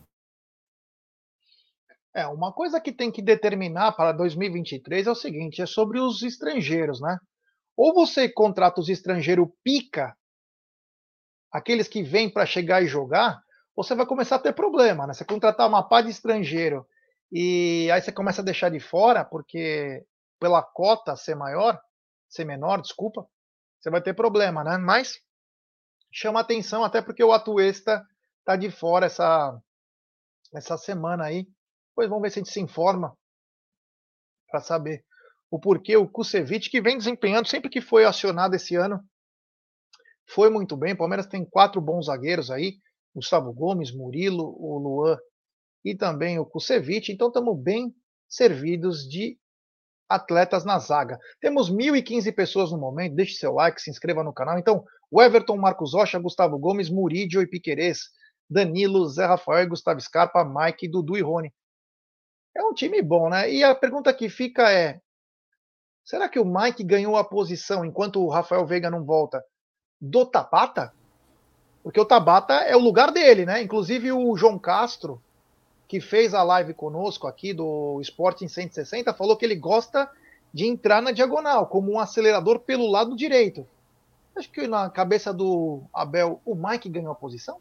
Uma coisa que tem que determinar para 2023 é o seguinte, é sobre os estrangeiros, né? Ou você contrata os estrangeiros pica, aqueles que vêm para chegar e jogar, você vai começar a ter problema, né? Você contratar uma pá de estrangeiro e aí você começa a deixar de fora, porque pela cota ser menor, desculpa, você vai ter problema, né? Mas chama atenção até porque o Atuesta tá de fora essa semana aí. Pois vamos ver se a gente se informa para saber o porquê o Kusevich, que vem desempenhando sempre que foi acionado esse ano, foi muito bem. O Palmeiras tem 4 bons zagueiros aí, Gustavo Gomes, Murilo, o Luan e também o Kusevich. Então estamos bem servidos de atletas na zaga. Temos 1.015 pessoas no momento. Deixe seu like, se inscreva no canal. Então, o Everton, Marcos Rocha, Gustavo Gomes, Murídio e Piquerez, Danilo, Zé Rafael, Gustavo Scarpa, Mike, Dudu e Rony. É um time bom, né? E a pergunta que fica é: será que o Mike ganhou a posição enquanto o Rafael Veiga não volta do Tabata? Porque o Tabata é o lugar dele, né? Inclusive o João Castro, que fez a live conosco aqui do Sporting 160, falou que ele gosta de entrar na diagonal, como um acelerador pelo lado direito. Acho que na cabeça do Abel, o Mike ganhou a posição?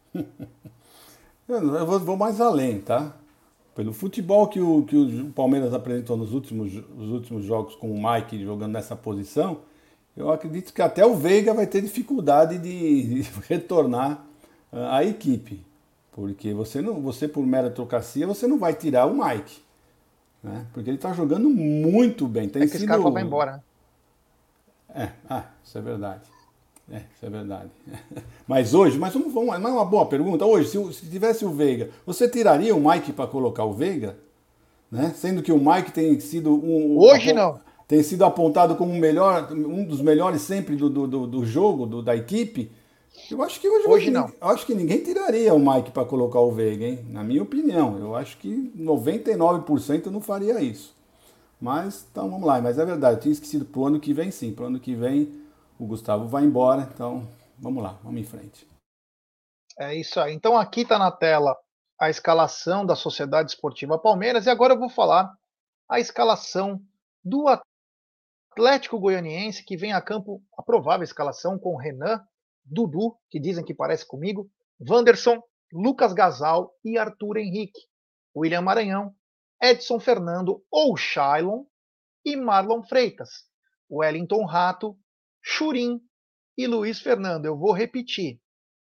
Eu vou mais além, tá? Pelo futebol que o Palmeiras apresentou nos últimos jogos com o Mike jogando nessa posição, eu acredito que até o Veiga vai ter dificuldade de retornar à equipe. Porque você por meritocracia, você não vai tirar o Mike, né? Porque ele está jogando muito bem. É Tem que esse cara vai sido. embora, né? Isso é verdade. Isso é verdade. Mas mas uma boa pergunta. Hoje, se tivesse o Veiga, você tiraria o Mike para colocar o Veiga? Né? Sendo que o Mike tem sido Hoje não. tem sido apontado como um dos melhores sempre do jogo, da equipe. Eu acho que Hoje não. eu acho que ninguém tiraria o Mike para colocar o Veiga, hein? Na minha opinião. Eu acho que 99% não faria isso. Mas, então vamos lá. Mas é verdade, eu tinha esquecido pro ano que vem, sim. Pro ano que vem o Gustavo vai embora. Então, vamos lá, vamos em frente. É isso aí. Então aqui está na tela a escalação da Sociedade Esportiva Palmeiras e agora eu vou falar a escalação do Atlético Goianiense, que vem a campo, a provável escalação com Renan, Dudu, que dizem que parece comigo, Wanderson, Lucas Gasal e Arthur Henrique, William Maranhão, Edson Fernando ou Shailon e Marlon Freitas, Wellington Rato, Churim e Luiz Fernando. Eu vou repetir.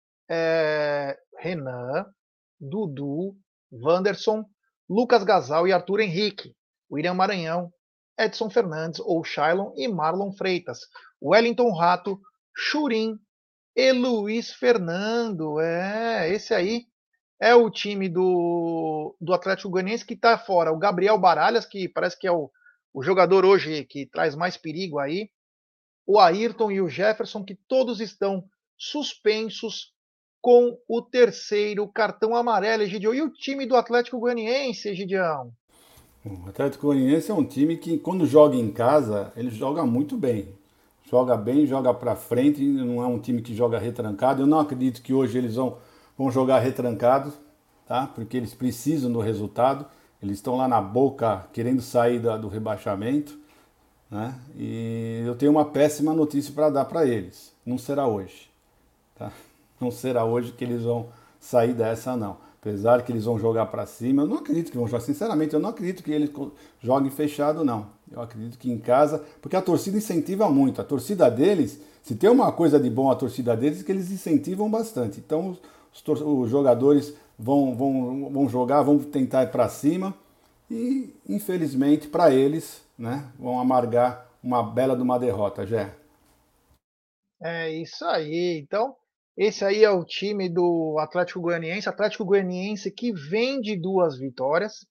Renan, Dudu, Wanderson, Lucas Gasal e Arthur Henrique, William Maranhão, Edson Fernandes ou Shailon e Marlon Freitas, Wellington Rato, Churim e Luiz Fernando. Esse aí é o time do Atlético Goianiense que está fora. O Gabriel Baralhas, que parece que é o jogador hoje que traz mais perigo aí. O Ayrton e o Jefferson, que todos estão suspensos com o terceiro cartão amarelo, Egidio. E o time do Atlético Goianiense, Egidião? O Atlético Goianiense é um time que, quando joga em casa, ele joga muito bem. Joga bem, joga pra frente, não é um time que joga retrancado. Eu não acredito que hoje eles vão jogar retrancados, tá? Porque eles precisam do resultado. Eles estão lá na boca querendo sair do rebaixamento, né? E eu tenho uma péssima notícia para dar para eles. Não será hoje, tá? Não será hoje que eles vão sair dessa, não. Apesar que eles vão jogar para cima, eu não acredito que vão jogar. Sinceramente, eu não acredito que eles joguem fechado, não. Eu acredito que em casa, porque a torcida incentiva muito. A torcida deles, se tem uma coisa de bom a torcida deles, é que eles incentivam bastante. Então, os jogadores vão jogar, vão tentar ir para cima e, infelizmente, para eles, né, vão amargar uma bela de uma derrota, já. É isso aí. Então, esse aí é o time do Atlético Goianiense que vem de 2 vitórias,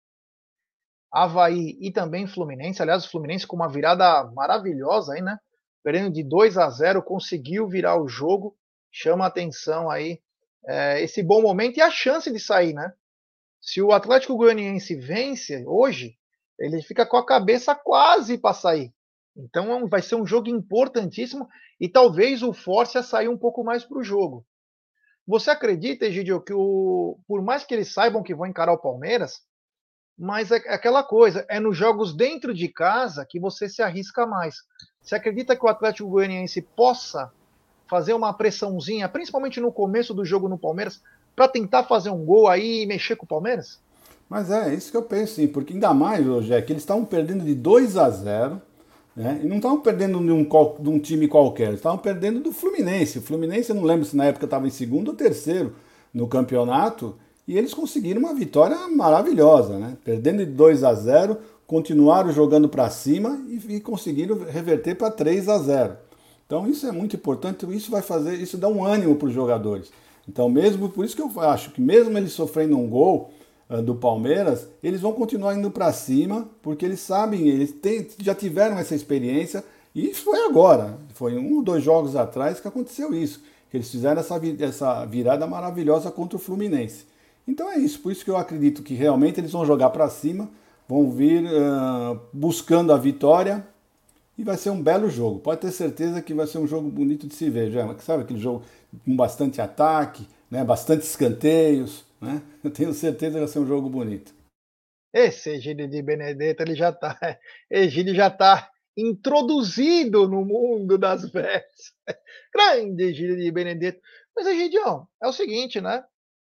Avaí e também Fluminense. Aliás, o Fluminense com uma virada maravilhosa aí, né? Perdendo de 2-0, conseguiu virar o jogo. Chama a atenção aí esse bom momento e a chance de sair, né? Se o Atlético Goianiense vence hoje, ele fica com a cabeça quase para sair. Então vai ser um jogo importantíssimo e talvez o force a sair um pouco mais para o jogo. Você acredita, Egidio, que por mais que eles saibam que vão encarar o Palmeiras, mas é aquela coisa, é nos jogos dentro de casa que você se arrisca mais. Você acredita que o Atlético Goianiense possa fazer uma pressãozinha, principalmente no começo do jogo no Palmeiras, para tentar fazer um gol aí e mexer com o Palmeiras? Mas é isso que eu penso, sim, porque ainda mais, hoje é que eles estavam perdendo de 2-0, né? E não estavam perdendo de um time qualquer, eles estavam perdendo do Fluminense. O Fluminense, eu não lembro se na época estava em segundo ou terceiro no campeonato, e eles conseguiram uma vitória maravilhosa, né? Perdendo de 2-0, continuaram jogando para cima e conseguiram reverter para 3-0. Então isso é muito importante, isso vai fazer, isso dá um ânimo para os jogadores. Então mesmo, por isso que eu acho que mesmo eles sofrendo um gol do Palmeiras, eles vão continuar indo para cima, porque eles sabem, já tiveram essa experiência, e isso foi agora, foi 1 ou 2 jogos atrás que aconteceu isso, que eles fizeram essa virada maravilhosa contra o Fluminense. Então é isso, por isso que eu acredito que realmente eles vão jogar para cima, vão vir buscando a vitória, e vai ser um belo jogo. Pode ter certeza que vai ser um jogo bonito de se ver, já. Sabe aquele jogo com bastante ataque, né? Bastante escanteios, né? Eu tenho certeza que vai ser um jogo bonito. Esse Egídio de Benedetto, ele já tá, Egídio já tá introduzido no mundo das bets. Grande Egídio de Benedetto. Mas, Egidião, é o seguinte, né?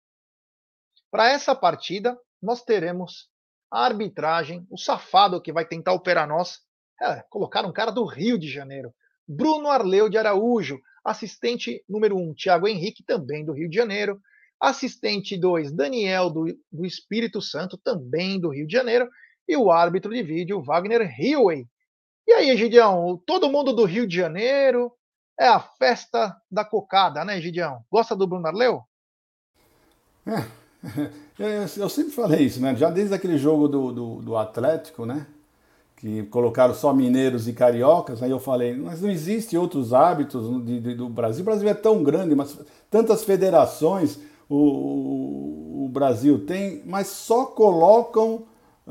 Para essa partida, nós teremos a arbitragem, o safado que vai tentar operar nós. Colocar um cara do Rio de Janeiro. Bruno Arleu de Araújo, assistente número 1, Thiago Henrique, também do Rio de Janeiro. Assistente 2, Daniel do Espírito Santo, também do Rio de Janeiro. E o árbitro de vídeo, Wagner Hillway. E aí, Egidião, todo mundo do Rio de Janeiro. É a festa da cocada, né, Egidião? Gosta do Bruno Arleu? Eu sempre falei isso, né? Já desde aquele jogo do Atlético, né? Que colocaram só mineiros e cariocas, aí eu falei, mas não existe outros hábitos do Brasil. O Brasil é tão grande, mas tantas federações o Brasil tem, mas só colocam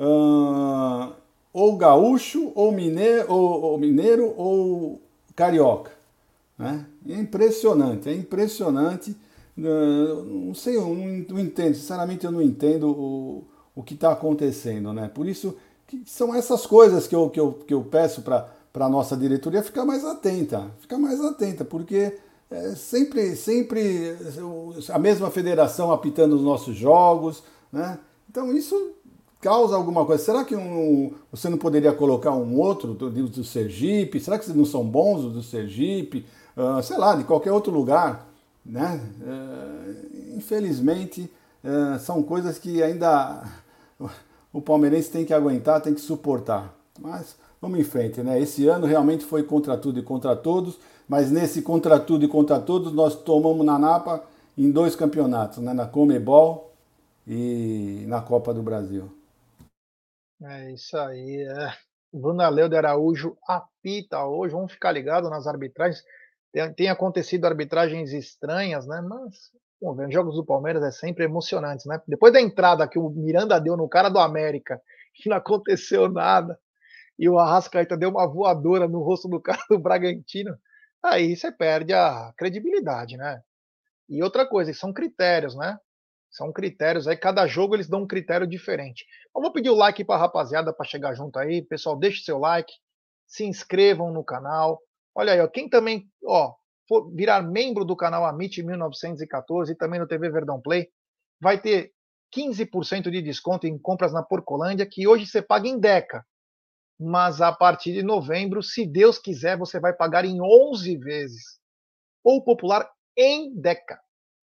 ou gaúcho, ou mineiro, ou carioca. Né? É impressionante. Não sei, eu não entendo, sinceramente eu não entendo o que está acontecendo. Né? Por isso que são essas coisas que eu peço para a nossa diretoria ficar mais atenta, porque sempre a mesma federação apitando os nossos jogos, né? Então isso causa alguma coisa. Será que você não poderia colocar um outro do Sergipe? Será que vocês não são bons os do Sergipe? Sei lá, de qualquer outro lugar, né? Infelizmente, são coisas que ainda o palmeirense tem que aguentar, tem que suportar. Mas vamos em frente, né? Esse ano realmente foi contra tudo e contra todos, mas nesse contra tudo e contra todos nós tomamos na Napa em 2 campeonatos, né? Na Comebol e na Copa do Brasil. É isso aí. O Vanderlei de Araújo apita hoje. Vamos ficar ligados nas arbitragens. Tem acontecido arbitragens estranhas, né? Mas, vamos ver, os jogos do Palmeiras é sempre emocionantes, né? Depois da entrada que o Miranda deu no cara do América, que não aconteceu nada, e o Arrascaeta deu uma voadora no rosto do cara do Bragantino, aí você perde a credibilidade, né? E outra coisa, são critérios, né? São critérios aí, cada jogo eles dão um critério diferente. Eu vou pedir o like para a rapaziada para chegar junto aí. Pessoal, deixe seu like, se inscrevam no canal. Olha aí, ó, quem também, ó, for virar membro do canal Amit 1914 e também no TV Verdão Play, vai ter 15% de desconto em compras na Porcolândia, que hoje você paga em Deca. Mas a partir de novembro, se Deus quiser, você vai pagar em 11 vezes. Ou popular em Deca.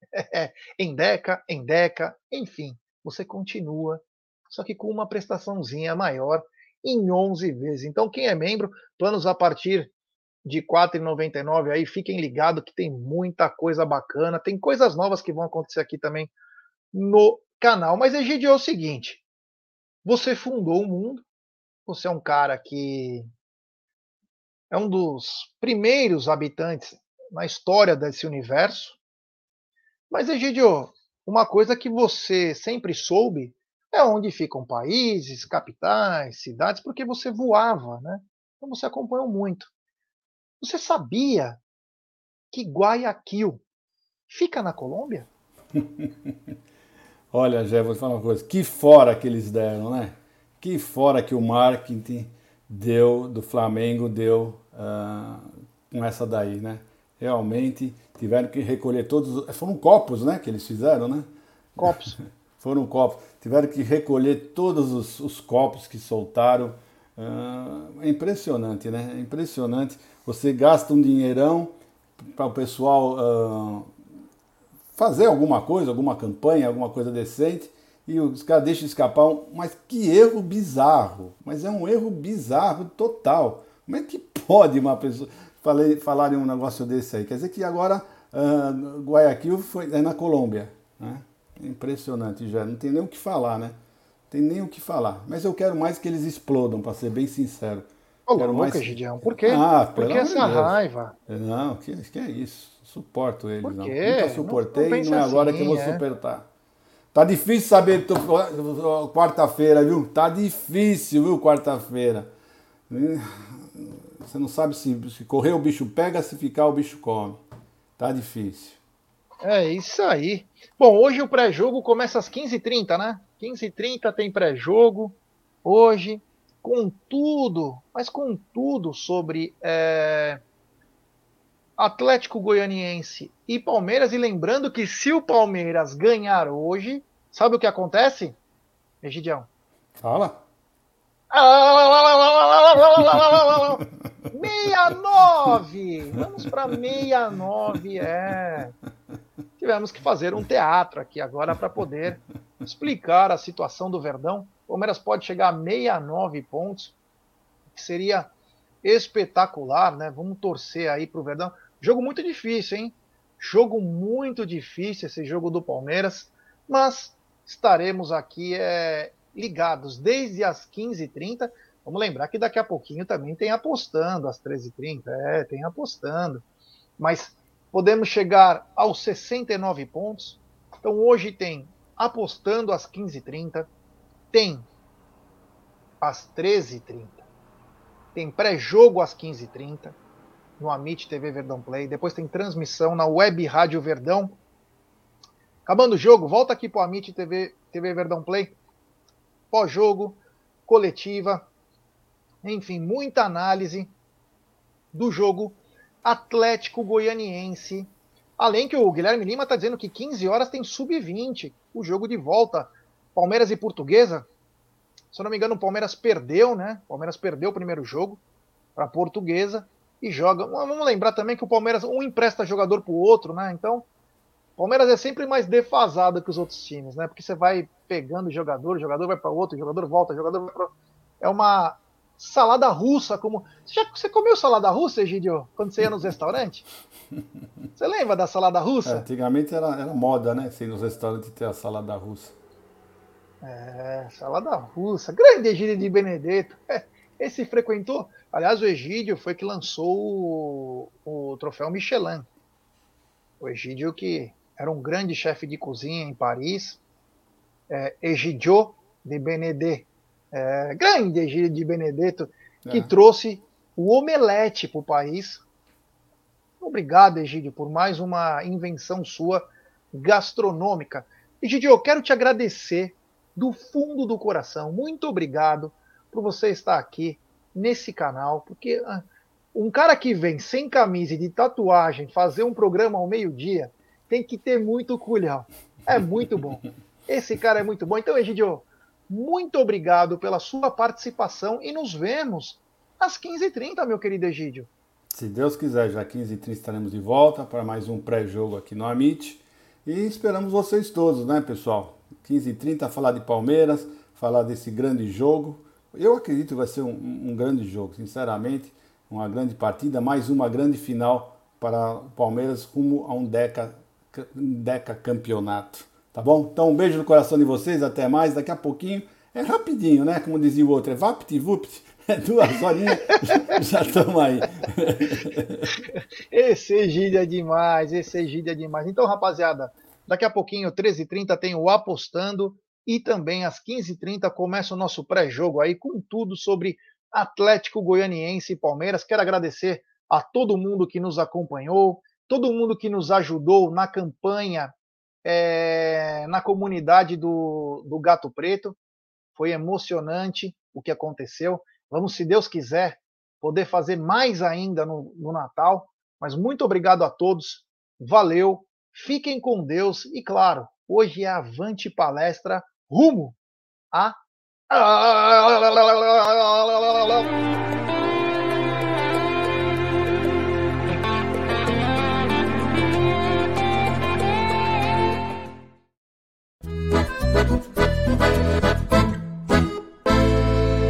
Em Deca, enfim. Você continua, só que com uma prestaçãozinha maior em 11 vezes. Então, quem é membro, planos a partir de R$ 4,99 aí, fiquem ligados que tem muita coisa bacana, tem coisas novas que vão acontecer aqui também no canal. Mas, Egidio, é o seguinte, você fundou o mundo, você é um cara que é um dos primeiros habitantes na história desse universo, mas, Egidio, uma coisa que você sempre soube é onde ficam países, capitais, cidades, porque você voava, né? Então você acompanhou muito. Você sabia que Guayaquil fica na Colômbia? Olha, Jé, vou te falar uma coisa. Que fora que eles deram, né? Que fora que o marketing deu, do Flamengo deu com essa daí, né? Realmente tiveram que recolher todos. Foram copos, né? Que eles fizeram, né? Copos. Foram copos. Tiveram que recolher todos os copos que soltaram. É impressionante, né? É impressionante. Você gasta um dinheirão para o pessoal fazer alguma coisa, alguma campanha, alguma coisa decente, e os caras deixam escapar mas que erro bizarro, mas é um erro bizarro total. Como é que pode uma pessoa falar em um negócio desse aí? Quer dizer que agora Guayaquil é na Colômbia, né? É impressionante, já não tem nem o que falar, né? Tem nem o que falar. Mas eu quero mais que eles explodam, para ser bem sincero. Ô, Quero louco, mais. Egidião, por quê? Ah, Por pelo que amor de essa Deus. raiva? Não, que é isso? Suporto eles, Por não. Nunca quê? Não, não suportei e pense não é agora que eu assim, vou é. suportar. Tá difícil saber quarta-feira, viu? Tá difícil, viu, quarta-feira. Você não sabe se correr o bicho pega, se ficar o bicho come. Tá difícil. É isso aí. Bom, hoje o pré-jogo começa às 15h30, né? 15h30 tem pré-jogo. Hoje, com tudo, mas com tudo sobre Atlético Goianiense e Palmeiras. E lembrando que se o Palmeiras ganhar hoje, sabe o que acontece, Egidião? Fala. 69! Vamos para 69, é. Tivemos que fazer um teatro aqui agora para poder explicar a situação do Verdão. O Palmeiras pode chegar a 69 pontos, que seria espetacular, né? Vamos torcer aí para o Verdão. Jogo muito difícil, hein? Jogo muito difícil esse jogo do Palmeiras, mas estaremos aqui ligados desde as 15h30. Vamos lembrar que daqui a pouquinho também tem apostando às 13h30. Tem apostando. Mas podemos chegar aos 69 pontos. Então hoje tem apostando às 15h30, tem às 13h30, tem pré-jogo às 15h30 no Amit TV Verdão Play, depois tem transmissão na Web Rádio Verdão. Acabando o jogo, volta aqui para o Amit TV Verdão Play, pós-jogo, coletiva, enfim, muita análise do jogo Atlético Goianiense. Além que o Guilherme Lima está dizendo que 15 horas tem sub-20, o jogo de volta. Palmeiras e Portuguesa. Se eu não me engano, o Palmeiras perdeu, né? O Palmeiras perdeu o primeiro jogo para a Portuguesa e joga. Vamos lembrar também que o Palmeiras um empresta jogador para o outro, né? Então, o Palmeiras é sempre mais defasado que os outros times, né? Porque você vai pegando o jogador vai para outro, o jogador volta, o jogador vai para. É uma salada russa, como. Você comeu salada russa, Egidio, quando você ia nos restaurantes? Você lembra da salada russa? Antigamente era moda, né? Assim, nos restaurantes ter a salada russa. Salada russa. Grande Egídio de Benedetto. Esse frequentou. Aliás, o Egídio foi que lançou o troféu Michelin. O Egídio, que era um grande chefe de cozinha em Paris. Egidio de Benedetto. Grande Egídio de Benedetto, que É. trouxe o omelete para o país. Obrigado, Egídio, por mais uma invenção sua gastronômica. Egídio, eu quero te agradecer do fundo do coração. Muito obrigado por você estar aqui nesse canal, porque um cara que vem sem camisa e de tatuagem fazer um programa ao meio-dia tem que ter muito culhão. É muito bom. Esse cara é muito bom. Então, Egidio, muito obrigado pela sua participação e nos vemos às 15h30, meu querido Egídio. Se Deus quiser, já 15h30 estaremos de volta para mais um pré-jogo aqui no Amit. E esperamos vocês todos, né, pessoal? 15h30 falar de Palmeiras, falar desse grande jogo. Eu acredito que vai ser um grande jogo, sinceramente. Uma grande partida, mais uma grande final para o Palmeiras rumo a um deca campeonato. Tá bom? Então um beijo no coração de vocês, até mais. Daqui a pouquinho, é rapidinho, né? Como dizia o outro, é vapt-vupt. É 2 horinhas, já estamos aí. Esse Egídio é demais, esse Egídio é demais. Então, rapaziada, daqui a pouquinho, 13h30, tem o Apostando e também às 15h30 começa o nosso pré-jogo aí com tudo sobre Atlético Goianiense e Palmeiras. Quero agradecer a todo mundo que nos acompanhou, todo mundo que nos ajudou na campanha, na comunidade do Gato Preto. Foi emocionante o que aconteceu. Vamos, se Deus quiser, poder fazer mais ainda no Natal. Mas muito obrigado a todos. Valeu. Fiquem com Deus. E claro, hoje é Avante Palestra rumo a